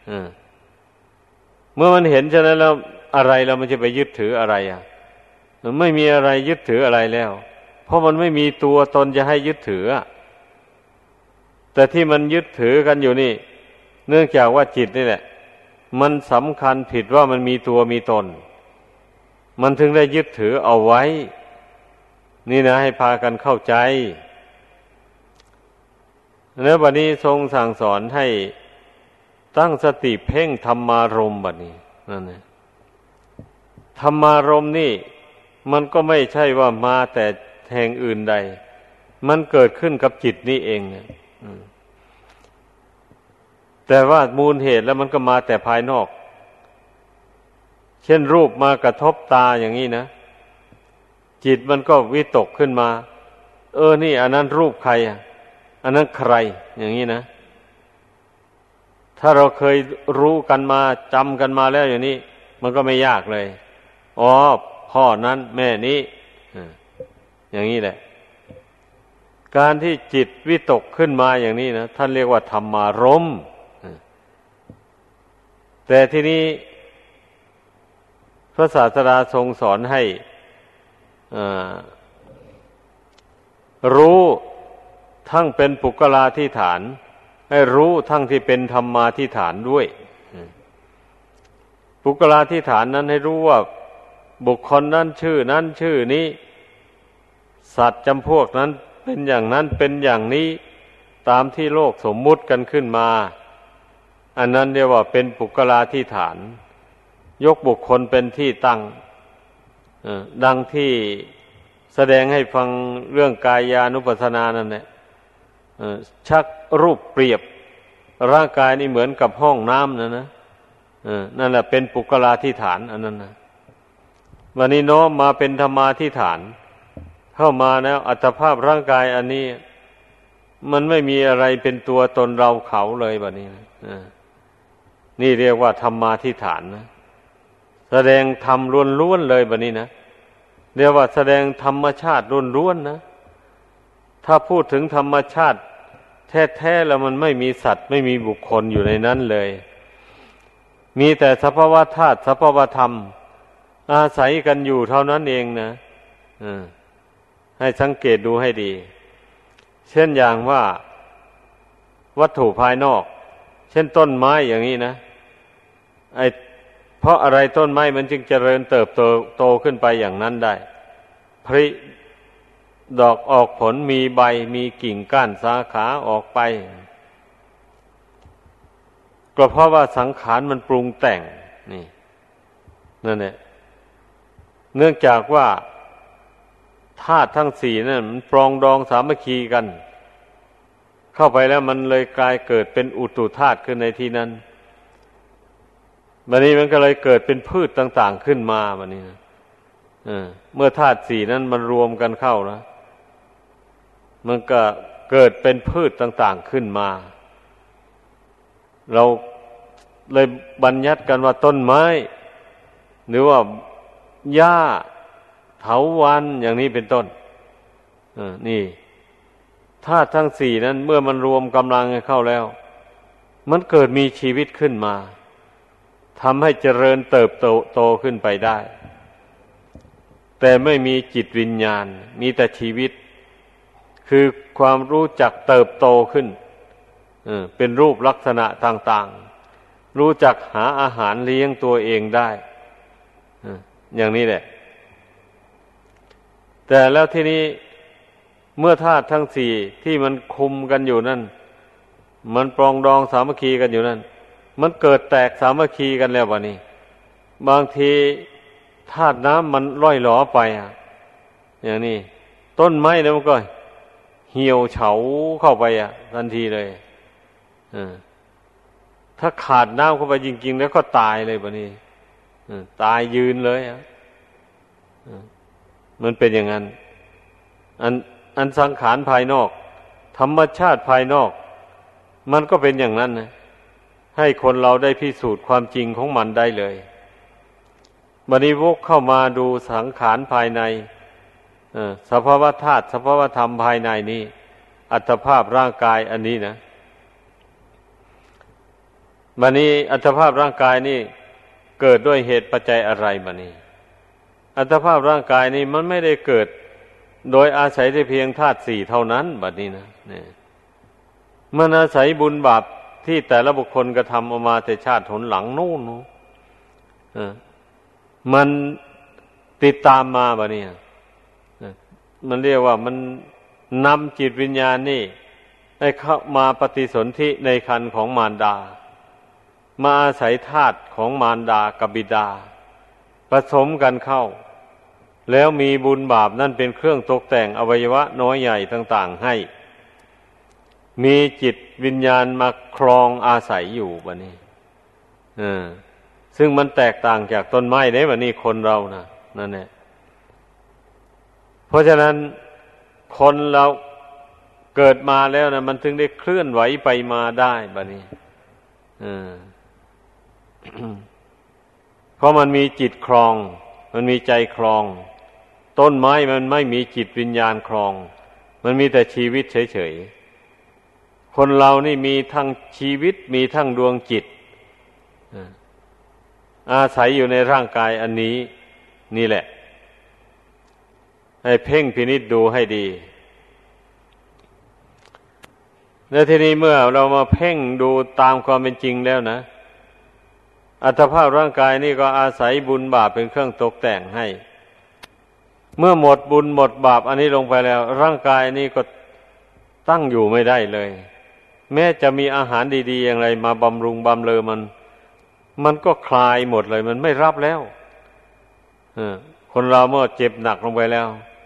เมื่อมันเห็นฉะนั้นแล้วอะไรเรามันจะไปยึดถืออะไรอ่ะมันไม่มีอะไรยึดถืออะไรแล้วเพราะมันไม่มีตัวตนจะให้ยึดถือแต่ที่มันยึดถือกันอยู่นี่เนื่องจากว่าจิตนี่แหละมันสำคัญผิดว่ามันมีตัวมีตนมันถึงได้ยึดถือเอาไว้นี่นะให้พากันเข้าใจแล้วบัดนี้ทรงสั่งสอนให้ตั้งสติเพ่งธรรมารมณ์บัดนี้นั่นแหละธรรมารมณ์นี่มันก็ไม่ใช่ว่ามาแต่แห่งอื่นใดมันเกิดขึ้นกับจิตนี่เองเนี่ยแต่ว่ามูลเหตุแล้วมันก็มาแต่ภายนอกเช่นรูปมากระทบตาอย่างนี้นะจิตมันก็วิตกขึ้นมาเออนี่อันนั้นรูปใครอ่ะอันนั้นใครอย่างนี้นะถ้าเราเคยรู้กันมาจำกันมาแล้วอย่างนี้มันก็ไม่ยากเลยอ๋อพ่อนั้นแม่นี้อย่างนี้แหละการที่จิตวิตกขึ้นมาอย่างนี้นะท่านเรียกว่าธรรมารมณ์แต่ทีนี้พระศาสดาทรงสอนให้รู้ทั้งเป็นปุกลาธิฐานให้รู้ทั้งที่เป็นธรรมาธิฐานด้วยปุกลาธิฐานนั้นให้รู้ว่าบุคคลนั้นชื่อนั้นชื่อนี้สัตว์จำพวกนั้นเป็นอย่างนั้นเป็นอย่างนี้ตามที่โลกสมมุติกันขึ้นมาอันนั้นเรียกว่าเป็นปุกลาธิฐานยกบุคคลเป็นที่ตั้งดังที่แสดงให้ฟังเรื่องกายานุปัสสนานั่นแหละชักรูปเปรียบร่างกายนี่เหมือนกับห้องน้ำนะนะนั่นแหละเป็นปุกลาธิฐานอันนั้นนะวันนี้น้อมมาเป็นธรรมาธิฐานเข้ามาแล้วอัตภาพร่างกายอันนี้มันไม่มีอะไรเป็นตัวตนเราเขาเลยบัดนี้นะนี่เรียกว่าธรรมาธิฐานนะแสดงธรรมล้วนๆเลยบัดนี้นะเรียกว่าแสดงธรรมชาติล้วนๆนะถ้าพูดถึงธรรมชาติแท้ๆแล้วมันไม่มีสัตว์ไม่มีบุคคลอยู่ในนั้นเลยมีแต่สภาวะธาตุสภาวะธรรมอาศัยกันอยู่เท่านั้นเองนะให้สังเกตดูให้ดีเช่นอย่างว่าวัตถุภายนอกเช่นต้นไม้อย่างนี้นะไอเพราะอะไรต้นไม้มันจึงเจริญเติบโตโตขึ้นไปอย่างนั้นได้ผลิดอกออกผลมีใบมีกิ่งก้านสาขาออกไปก็เพราะว่าสังขารมันปรุงแต่งนี่นั่นแหละเนื่องจากว่าธาตุทั้งสี่นั่นมันปรองดองสามัคคีกันเข้าไปแล้วมันเลยกลายเกิดเป็นอุตุธาตุขึ้นในที่นั้นบัดนี้มันก็เลยเกิดเป็นพืชต่างๆขึ้นมาบัดนี้นะเมื่อธาตุสี่นั้นมันรวมกันเข้านะมันก็เกิดเป็นพืชต่างๆขึ้นมาเราเลยบัญญัติกันว่าต้นไม้หรือว่าหญ้าเถาวัลย์อย่างนี้เป็นต้นนี่ธาตุทั้งสี่นั้นเมื่อมันรวมกำลังเข้าแล้วมันเกิดมีชีวิตขึ้นมาทำให้เจริญเติบโตโตขึ้นไปได้แต่ไม่มีจิตวิญญาณมีแต่ชีวิตคือความรู้จักเติบโตขึ้นเป็นรูปลักษณะต่างๆรู้จักหาอาหารเลี้ยงตัวเองได้อย่างนี้แหละแต่แล้วทีนี้เมื่อธาตุทั้งสี่ที่มันคุมกันอยู่นั่นมันปรองดองสามัคคีกันอยู่นั่นมันเกิดแตกสามัคคีกันแล้ววะนี่บางทีธาตุน้ำมันล่อยหลอไปอ่ะอย่างนี้ต้นไม้เนี่ยมันก็เหี่ยวเฉาเข้าไปอ่ะทันทีเลยถ้าขาดน้ำเข้าไปจริงๆแล้วก็ตายเลยวะนี่ตายยืนเลยอ่ะมันเป็นอย่างนั้นอันอันสังขารภายนอกธรรมชาติภายนอกมันก็เป็นอย่างนั้นนะให้คนเราได้พิสูจน์ความจริงของมันได้เลยบัดนี้วกเข้ามาดูสังขารภายในสภาวะธาตุสภาวะธรรมภายในนี้อัตภาพร่างกายอันนี้นะบัดนี้อัตภาพร่างกายนี่เกิดด้วยเหตุปัจจัยอะไรบัดนี้อัตภาพร่างกายนี่มันไม่ได้เกิดโดยอาศัยแต่เพียงธาตุสี่เท่านั้นบัดนี้นะเนี่ยมันอาศัยบุญบาปที่แต่ละบุคคลกระทำออกมาแต่ชาติหนหลังนู่นอ่ามันติดตามมาบัดนี้มันเรียกว่ามันนำจิตวิญญาณนี่ให้เข้ามาปฏิสนธิในครรภ์ของมารดามาอาศัยธาตุของมารดากับบิดาผสมกันเข้าแล้วมีบุญบาปนั่นเป็นเครื่องตกแต่งอวัยวะน้อยใหญ่ต่างๆให้มีจิตวิญญาณมาครองอาศัยอยู่บัดนี้ซึ่งมันแตกต่างจากต้นไม้ได้แบบนี้คนเรานะนั่นแหละเพราะฉะนั้นคนเราเกิดมาแล้วนะมันถึงได้เคลื่อนไหวไปมาได้แบบนี้อ่า เพราะมันมีจิตครองมันมีใจครองต้นไม้มันไม่มีจิตวิญญาณครองมันมีแต่ชีวิตเฉยๆคนเรานี่มีทั้งชีวิตมีทั้งดวงจิตอาศัยอยู่ในร่างกายอันนี้นี่แหละให้เพ่งพินิจดูให้ดีแล้วทีนี้เมื่อเรามาเพ่งดูตามความเป็นจริงแล้วนะอัตภาพร่างกายนี่ก็อาศัยบุญบาปเป็นเครื่องตกแต่งให้เมื่อหมดบุญหมดบาปอันนี้ลงไปแล้วร่างกายนี่ก็ตั้งอยู่ไม่ได้เลยแม้จะมีอาหารดีๆอย่างไรมาบำรุงบำเรอมันมันก็คลายหมดเลยมันไม่รับแล้วคนเราเมื่อเจ็บหนักลงไปแล้ว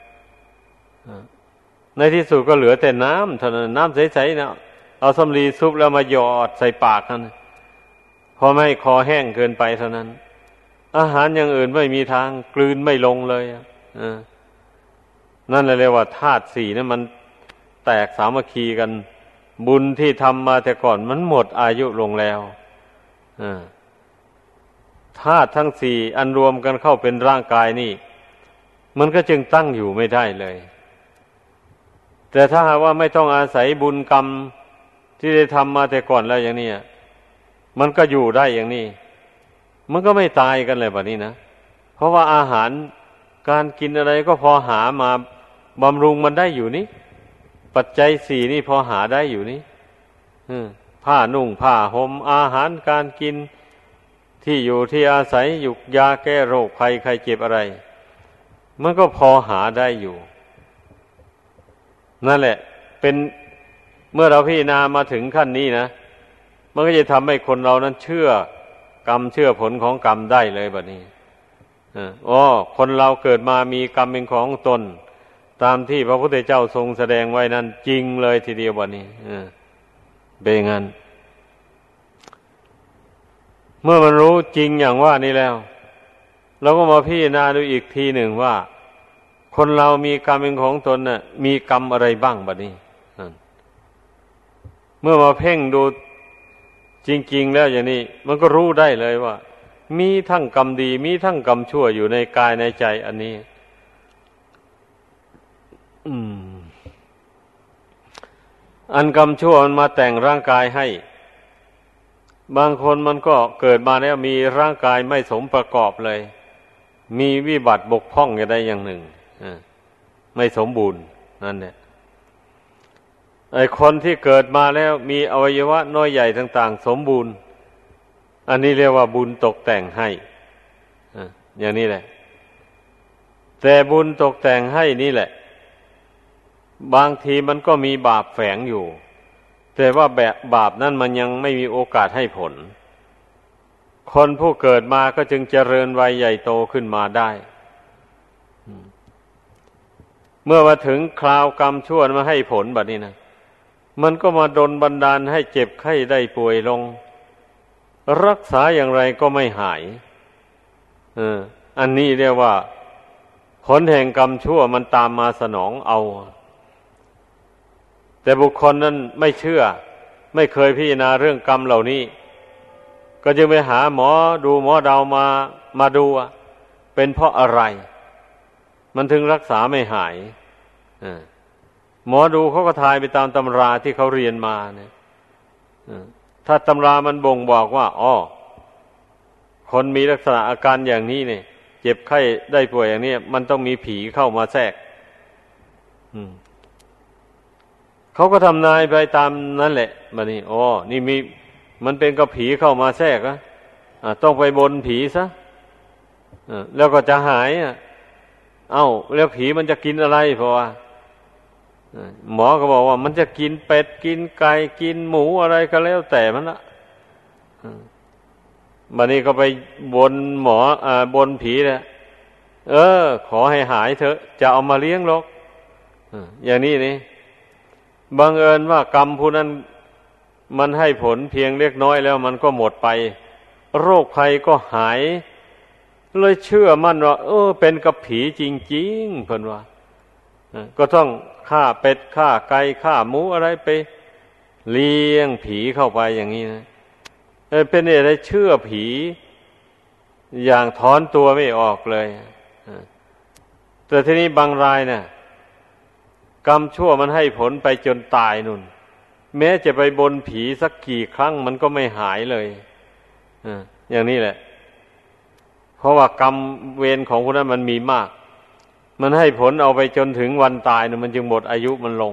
ในที่สุดก็เหลือแต่น้ำเท่านั้นน้ำใสๆนะเอาสำลีซุปแล้วมาหยอดใส่ปากนั่นพอไม่ให้คอแห้งเกินไปเท่านั้นอาหารอย่างอื่นไม่มีทางกลืนไม่ลงเลยนั่นเลยเรียกว่าธาตุสี่นั้นมันแตกสามัคคีกันบุญที่ทำมาแต่ก่อนมันหมดอายุลงแล้วธาตุทั้งสี่อันรวมกันเข้าเป็นร่างกายนี่มันก็จึงตั้งอยู่ไม่ได้เลยแต่ถ้าหากว่าไม่ต้องอาศัยบุญกรรมที่ได้ทำมาแต่ก่อนแล้วอย่างนี้มันก็อยู่ได้อย่างนี้มันก็ไม่ตายกันเลยแบบนี้นะเพราะว่าอาหารการกินอะไรก็พอหามาบำรุงมันได้อยู่นี่ปัจจัยสี่นี่พอหาได้อยู่นี่ผ้านุ่งผ้าห่มอาหารการกินที่อยู่ที่อาศัยยุกยาแก้โรคภัยใครเจ็บอะไรมันก็พอหาได้อยู่นั่นแหละเป็นเมื่อเราพิจารณามาถึงขั้นนี้นะมันก็จะทำให้คนเรานั้นเชื่อกรรมเชื่อผลของกรรมได้เลยบัดนี้อ๋อคนเราเกิดมามีกรรมเป็นของตนตามที่พระพุทธเจ้าทรงแสดงไว้นั้นจริงเลยทีเดียวบัดนี้เป็นงั้นเมื่อมันรู้จริงอย่างว่านี้แล้วเราก็มาพิจารณาดูอีกทีหนึ่งว่าคนเรามีกรรมเป็นของตนน่ะมีกรรมอะไรบ้างบัดนี้เมื่อมาเพ่งดูจริงๆแล้วอย่างนี้มันก็รู้ได้เลยว่ามีทั้งกรรมดีมีทั้งกรรมชั่วอยู่ในกายในใจอันนี้อืมอันกรรมชั่วมันมาแต่งร่างกายให้บางคนมันก็เกิดมาแล้วมีร่างกายไม่สมประกอบเลยมีวิบัติบกพร่องอย่างใดอย่างหนึ่งไม่สมบูรณ์นั่นแหละไอ้คนที่เกิดมาแล้วมีอวัยวะน้อยใหญ่ต่างๆสมบูรณ์อันนี้เรียกว่าบุญตกแต่งให้อย่างนี้แหละแต่บุญตกแต่งให้นี่แหละบางทีมันก็มีบาปแฝงอยู่แต่ว่าแบบบาปนั้นมันยังไม่มีโอกาสให้ผลคนผู้เกิดมาก็จึงเจริญวัยใหญ่โตขึ้นมาได้เมื่อมาถึงคราวกรรมชั่วมาให้ผลแบบนี้นะมันก็มาดลบันดาลให้เจ็บไข้ได้ป่วยลงรักษาอย่างไรก็ไม่หายเอออันนี้เรียกว่าผลแห่งกรรมชั่วมันตามมาสนองเอาแต่บุคคลนั้นไม่เชื่อไม่เคยพิจารณาเรื่องกรรมเหล่านี้ก็จึงไปหาหมอดูหมอเดามามาดูเป็นเพราะอะไรมันถึงรักษาไม่หายหมอดูเขาก็ทายไปตามตำราที่เขาเรียนมาเนี่ยถ้าตำรามันบ่งบอกว่าอ๋อคนมีลักษณะอาการอย่างนี้เนี่ยเจ็บไข้ได้ป่วยอย่างนี้มันต้องมีผีเข้ามาแทรกเขาก็ทำนายไปตามนั้นแหละบัดนี้อ๋อนี่มีมันเป็นกับผีเข้ามาแทรกอะต้องไปบนผีซะแล้วก็จะหายอ่ะเอ้าแล้วผีมันจะกินอะไรเพราะว่าหมอก็บอกว่ามันจะกินเป็ดกินไก่กินหมูอะไรก็แล้วแต่มันละบัดนี้ก็ไปบนหมออ่าบนผีเลยเออขอให้หายเถอะจะเอามาเลี้ยงหรอกอย่างนี้นี่บังเอิญว่ากรรมผู้นั้นมันให้ผลเพียงเล็กน้อยแล้วมันก็หมดไปโรคภัยก็หายเลยเชื่อมั่นว่าเออเป็นกับผีจริงๆเพิ่นว่าก็ต้องฆ่าเป็ดฆ่าไก่ฆ่าหมูอะไรไปเลี้ยงผีเข้าไปอย่างนี้นะเออเป็นอะไรเชื่อผีอย่างถอนตัวไม่ออกเลยแต่ทีนี้บางรายเนี่ยกรรมชั่วมันให้ผลไปจนตายนุ่นแม้จะไปบนผีสักกี่ครั้งมันก็ไม่หายเลยอย่างนี้แหละเพราะว่ากรรมเวรของคนนั้นมันมีมากมันให้ผลเอาไปจนถึงวันตายเนี่ยมันจึงหมดอายุมันลง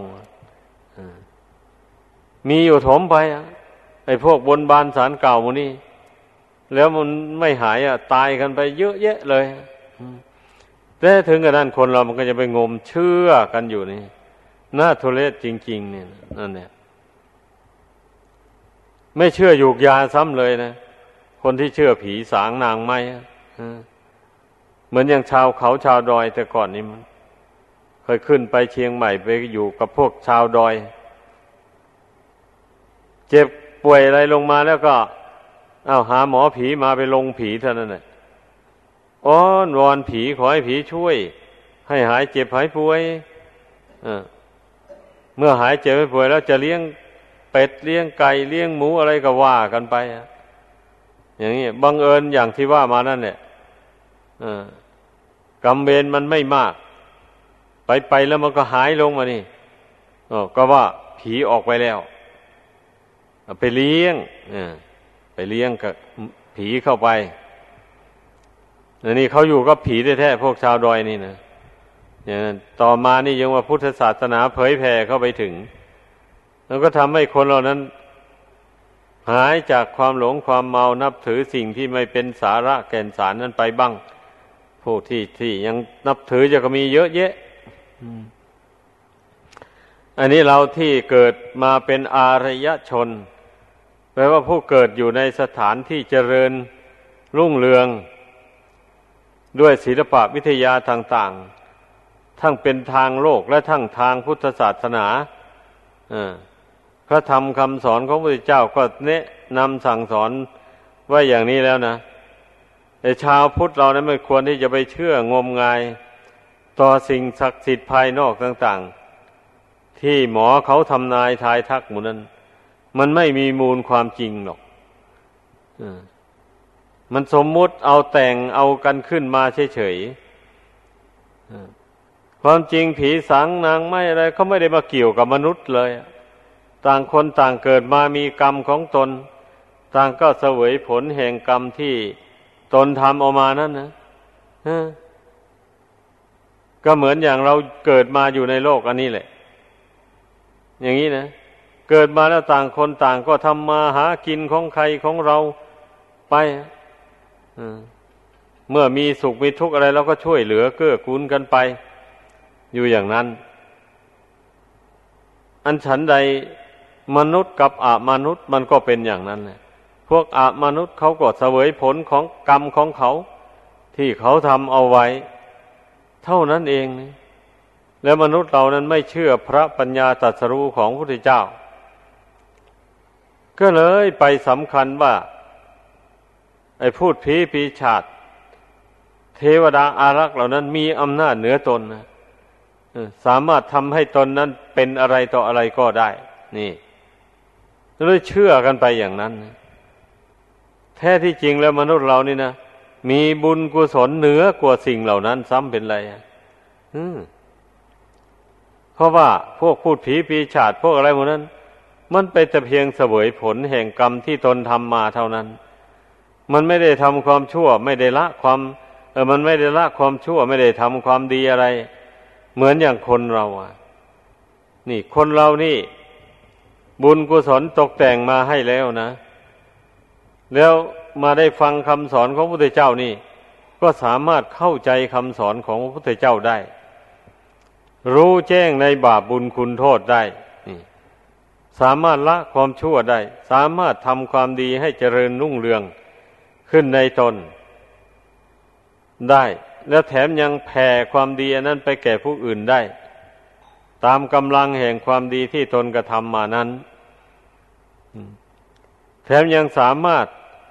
มีอยู่ถมไปไอ้พวกบนบานศาลเก่าหมู่นี้แล้วมันไม่หายอ่ะตายกันไปเยอะแยะเลยแต่ถึงกระนั้นคนเรามันก็จะไปงมเชื่อกันอยู่นี่น่าทุเรศจริงๆเนี่ยนั่นเนี่ยไม่เชื่อยูกยาซ้ำเลยนะคนที่เชื่อผีสางนางไม้เหมือนอย่างชาวเขาชาวดอยแต่ก่อนนี้มันเคยขึ้นไปเชียงใหม่ไปอยู่กับพวกชาวดอยเจ็บป่วยอะไรลงมาแล้วก็เอาหาหมอผีมาไปลงผีเท่านั้นแหละอ้อนวอนผีขอให้ผีช่วยให้หายเจ็บหายป่วยเมื่อหายเจ็บหายป่วยแล้วจะเลี้ยงเป็ดเลี้ยงไก่เลี้ยงหมูอะไรก็ว่ากันไปอย่างนี้บังเอิญอย่างที่ว่ามานั่นแหละกรรมเวรมันไม่มากไปไปแล้วมันก็หายลงมานี่ก็ว่าผีออกไปแล้วไปเลี้ยงไปเลี้ยงกับผีเข้าไปนี่เขาอยู่กับผีแท้ๆพวกชาวดอยนี่นะอย่างนั้นต่อมานี่ยังว่าพุทธศาสนาเผยแผ่เข้าไปถึงแล้วก็ทำให้คนเหล่านั้นหายจากความหลงความเมานับถือสิ่งที่ไม่เป็นสาระแก่นสารนั้นไปบ้างผู้ที่ที่ยังนับถือจะก็มีเยอะแยะอันนี้เราที่เกิดมาเป็นอารยชนแปลว่าผู้เกิดอยู่ในสถานที่เจริญรุ่งเรืองด้วยศิลปะวิทยาต่างๆทั้งเป็นทางโลกและทั้งทางพุทธศาสนาพระธรรมคำสอนของพระพุทธเจ้าก็แนะนำสั่งสอนไว้อย่างนี้แล้วนะแต่ชาวพุทธเรานั้นไม่ควรที่จะไปเชื่องมงายต่อสิ่งศักดิ์สิทธิ์ภายนอกต่างๆที่หมอเขาทำนายทายทักหมู่นั้นมันไม่มีมูลความจริงหรอกมันสมมุติเอาแต่งเอากันขึ้นมาเฉยๆความจริงผีสางนางไม้อะไรเขาไม่ได้มาเกี่ยวกับมนุษย์เลยต่างคนต่างเกิดมามีกรรมของตนต่างก็เสวยผลแห่งกรรมที่ตนทำออกมานั่นนะก็เหมือนอย่างเราเกิดมาอยู่ในโลกอันนี้แหละอย่างนี้นะเกิดมาแล้วต่างคนต่างก็ทำมาหากินของใครของเราไปเมื่อมีสุขมีทุกข์อะไรเราก็ช่วยเหลือเกื้อกูลกันไปอยู่อย่างนั้นอันฉันใดมนุษย์กับอมนุษย์มันก็เป็นอย่างนั้นแหละพวกอมนุษย์เขาก็เสวยผลของกรรมของเขาที่เขาทำเอาไว้เท่านั้นเองแล้วมนุษย์เรานั้นไม่เชื่อพระปัญญาตรัสรู้ของพระพุทธเจ้าก็เลยไปสำคัญว่าไอ้พูดผีปีศาจเทวดาอารักษ์เหล่านั้นมีอำนาจเหนือตนนะสามารถทำให้ตนนั้นเป็นอะไรต่ออะไรก็ได้นี่เลยเชื่อกันไปอย่างนั้นแท้ที่จริงแล้วมนุษย์เรานี่นะมีบุญกุศลเหนือกว่าสิ่งเหล่านั้นซ้ำเป็นไรอ่ะเพราะว่าพวกพูดผีปีศาจพวกอะไรหมดนั้นมันเป็นแต่เพียงเสวยผลแห่งกรรมที่ตนทำมาเท่านั้นมันไม่ได้ทำความชั่วไม่ได้ละความเออมันไม่ได้ละความชั่วไม่ได้ทำความดีอะไรเหมือนอย่างคนเราอ่ะนี่คนเรานี่บุญกุศลตกแต่งมาให้แล้วนะแล้วมาได้ฟังคำสอนของพระพุทธเจ้านี่ก็สามารถเข้าใจคำสอนของพระพุทธเจ้าได้รู้แจ้งในบาปบุญคุณโทษได้นี่สามารถละความชั่วได้สามารถทำความดีให้เจริญรุ่งเรืองขึ้นในตนได้แล้วแถมยังแผ่ความดีอันนั้นไปแก่ผู้อื่นได้ตามกำลังแห่งความดีที่ตนกระทำมานั้นแถมยังสามารถ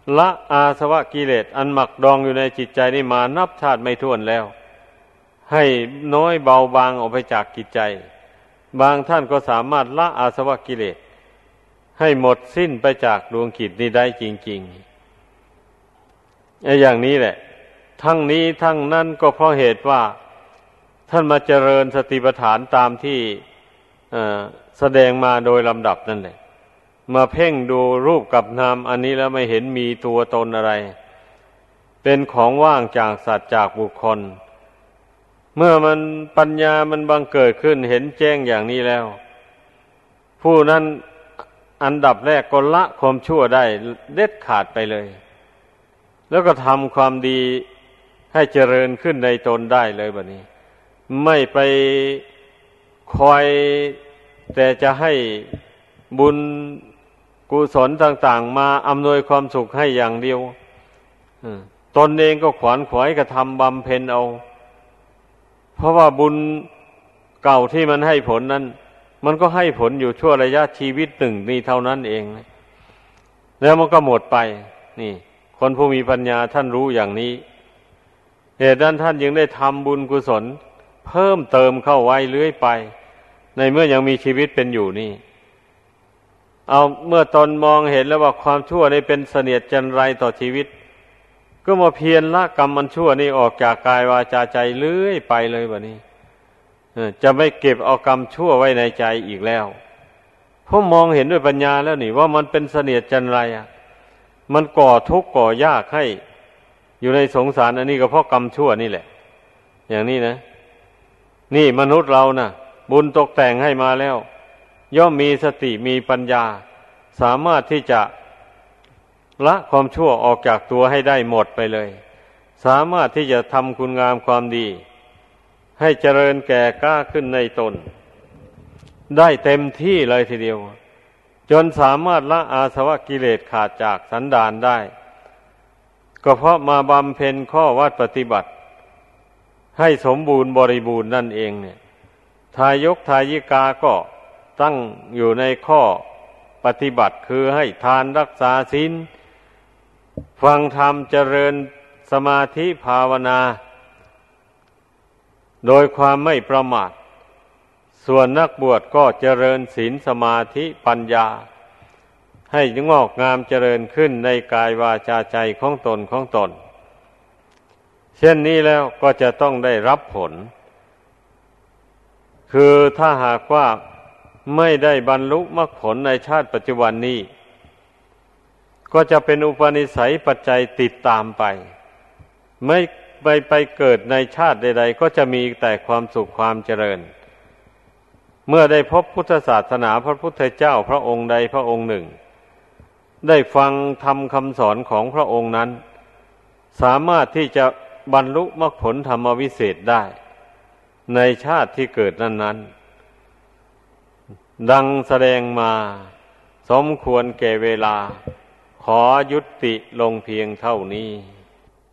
ละอาสวะกิเลสอันหมักดองอยู่ในจิตใจนี่มานับชาติไม่ถ้วนแล้วให้น้อยเบาบางออกไปจากจิตใจบางท่านก็สามารถละอาสวะกิเลสให้หมดสิ้นไปจากดวงจิตนี้ได้จริงๆไอ้อย่างนี้แหละทั้งนี้ทั้งนั้นก็เพราะเหตุว่าท่านมาเจริญสติปัฏฐานตามที่แสดงมาโดยลำดับนั่นแหละมาเพ่งดูรูปกับนามอันนี้แล้วไม่เห็นมีตัวตนอะไรเป็นของว่างจากสัตว์จากบุคคลเมื่อมันปัญญามันบังเกิดขึ้นเห็นแจ้งอย่างนี้แล้วผู้นั้นอันดับแรกก็ละความชั่วได้เด็ดขาดไปเลยแล้วก็ทำความดีให้เจริญขึ้นในตนได้เลยบัดนี้ไม่ไปคอยแต่จะให้บุญกุศลต่างๆมาอำนวยความสุขให้อย่างเดียวตนเองก็ขวนขวายกระทำบำเพ็ญเอาเพราะว่าบุญเก่าที่มันให้ผลนั้นมันก็ให้ผลอยู่ชั่วระยะชีวิตหนึ่งนี่เท่านั้นเองแล้วมันก็หมดไปนี่คนผู้มีปัญญาท่านรู้อย่างนี้เหตุนั้นท่านยังได้ทำบุญกุศลเพิ่มเติมเข้าไว้เรื่อยไปในเมื่อยังมีชีวิตเป็นอยู่นี่เอาเมื่อตนมองเห็นแล้วว่าความชั่วนี่เป็นเสนียดจันไรต่อชีวิตก็มาเพียรละกรรมมันชั่วนี่ออกจากกายวาจาใจเรื่อยไปเลยแบบนี้จะไม่เก็บเอากรรมชั่วไว้ในใจอีกแล้วเพราะมองเห็นด้วยปัญญาแล้วนี่ว่ามันเป็นเสนียดจันไรอ่ะมันก่อทุกข์ก่อยากให้อยู่ในสงสารอันนี้ก็เพราะกรรมชั่วนี่แหละอย่างนี้นะนี่มนุษย์เรานะบุญตกแต่งให้มาแล้วย่อมมีสติมีปัญญาสามารถที่จะละความชั่วออกจากตัวให้ได้หมดไปเลยสามารถที่จะทำคุณงามความดีให้เจริญแก่กล้าขึ้นในตนได้เต็มที่เลยทีเดียวจนสามารถละอาสวะกิเลสขาดจากสันดานได้ก็เพราะมาบำเพ็ญข้อวัดปฏิบัติให้สมบูรณ์บริบูรณ์นั่นเองเนี่ยทายกทายิกาก็ตั้งอยู่ในข้อปฏิบัติคือให้ทานรักษาศีลฟังธรรมเจริญสมาธิภาวนาโดยความไม่ประมาทส่วนนักบวชก็เจริญศีลสมาธิปัญญาให้งอกงามเจริญขึ้นในกายวาจาใจของตนของตนเช่นนี้แล้วก็จะต้องได้รับผลคือถ้าหากว่าไม่ได้บรรลุมรรคผลในชาติปัจจุบันนี้ก็จะเป็นอุปนิสัยปัจจัยติดตามไปไม่ไปไปเกิดในชาติใดๆก็จะมีแต่ความสุขความเจริญเมื่อได้พบพุทธศาสนาพระพุทธเจ้าพระองค์ใดพระองค์หนึ่งได้ฟังธรรมคำสอนของพระองค์นั้นสามารถที่จะบรรลุมรรคผลธรรมวิเศษได้ในชาติที่เกิดนั้นๆดังแสดงมาสมควรแก่เวลาขอยุติลงเพียงเท่านี้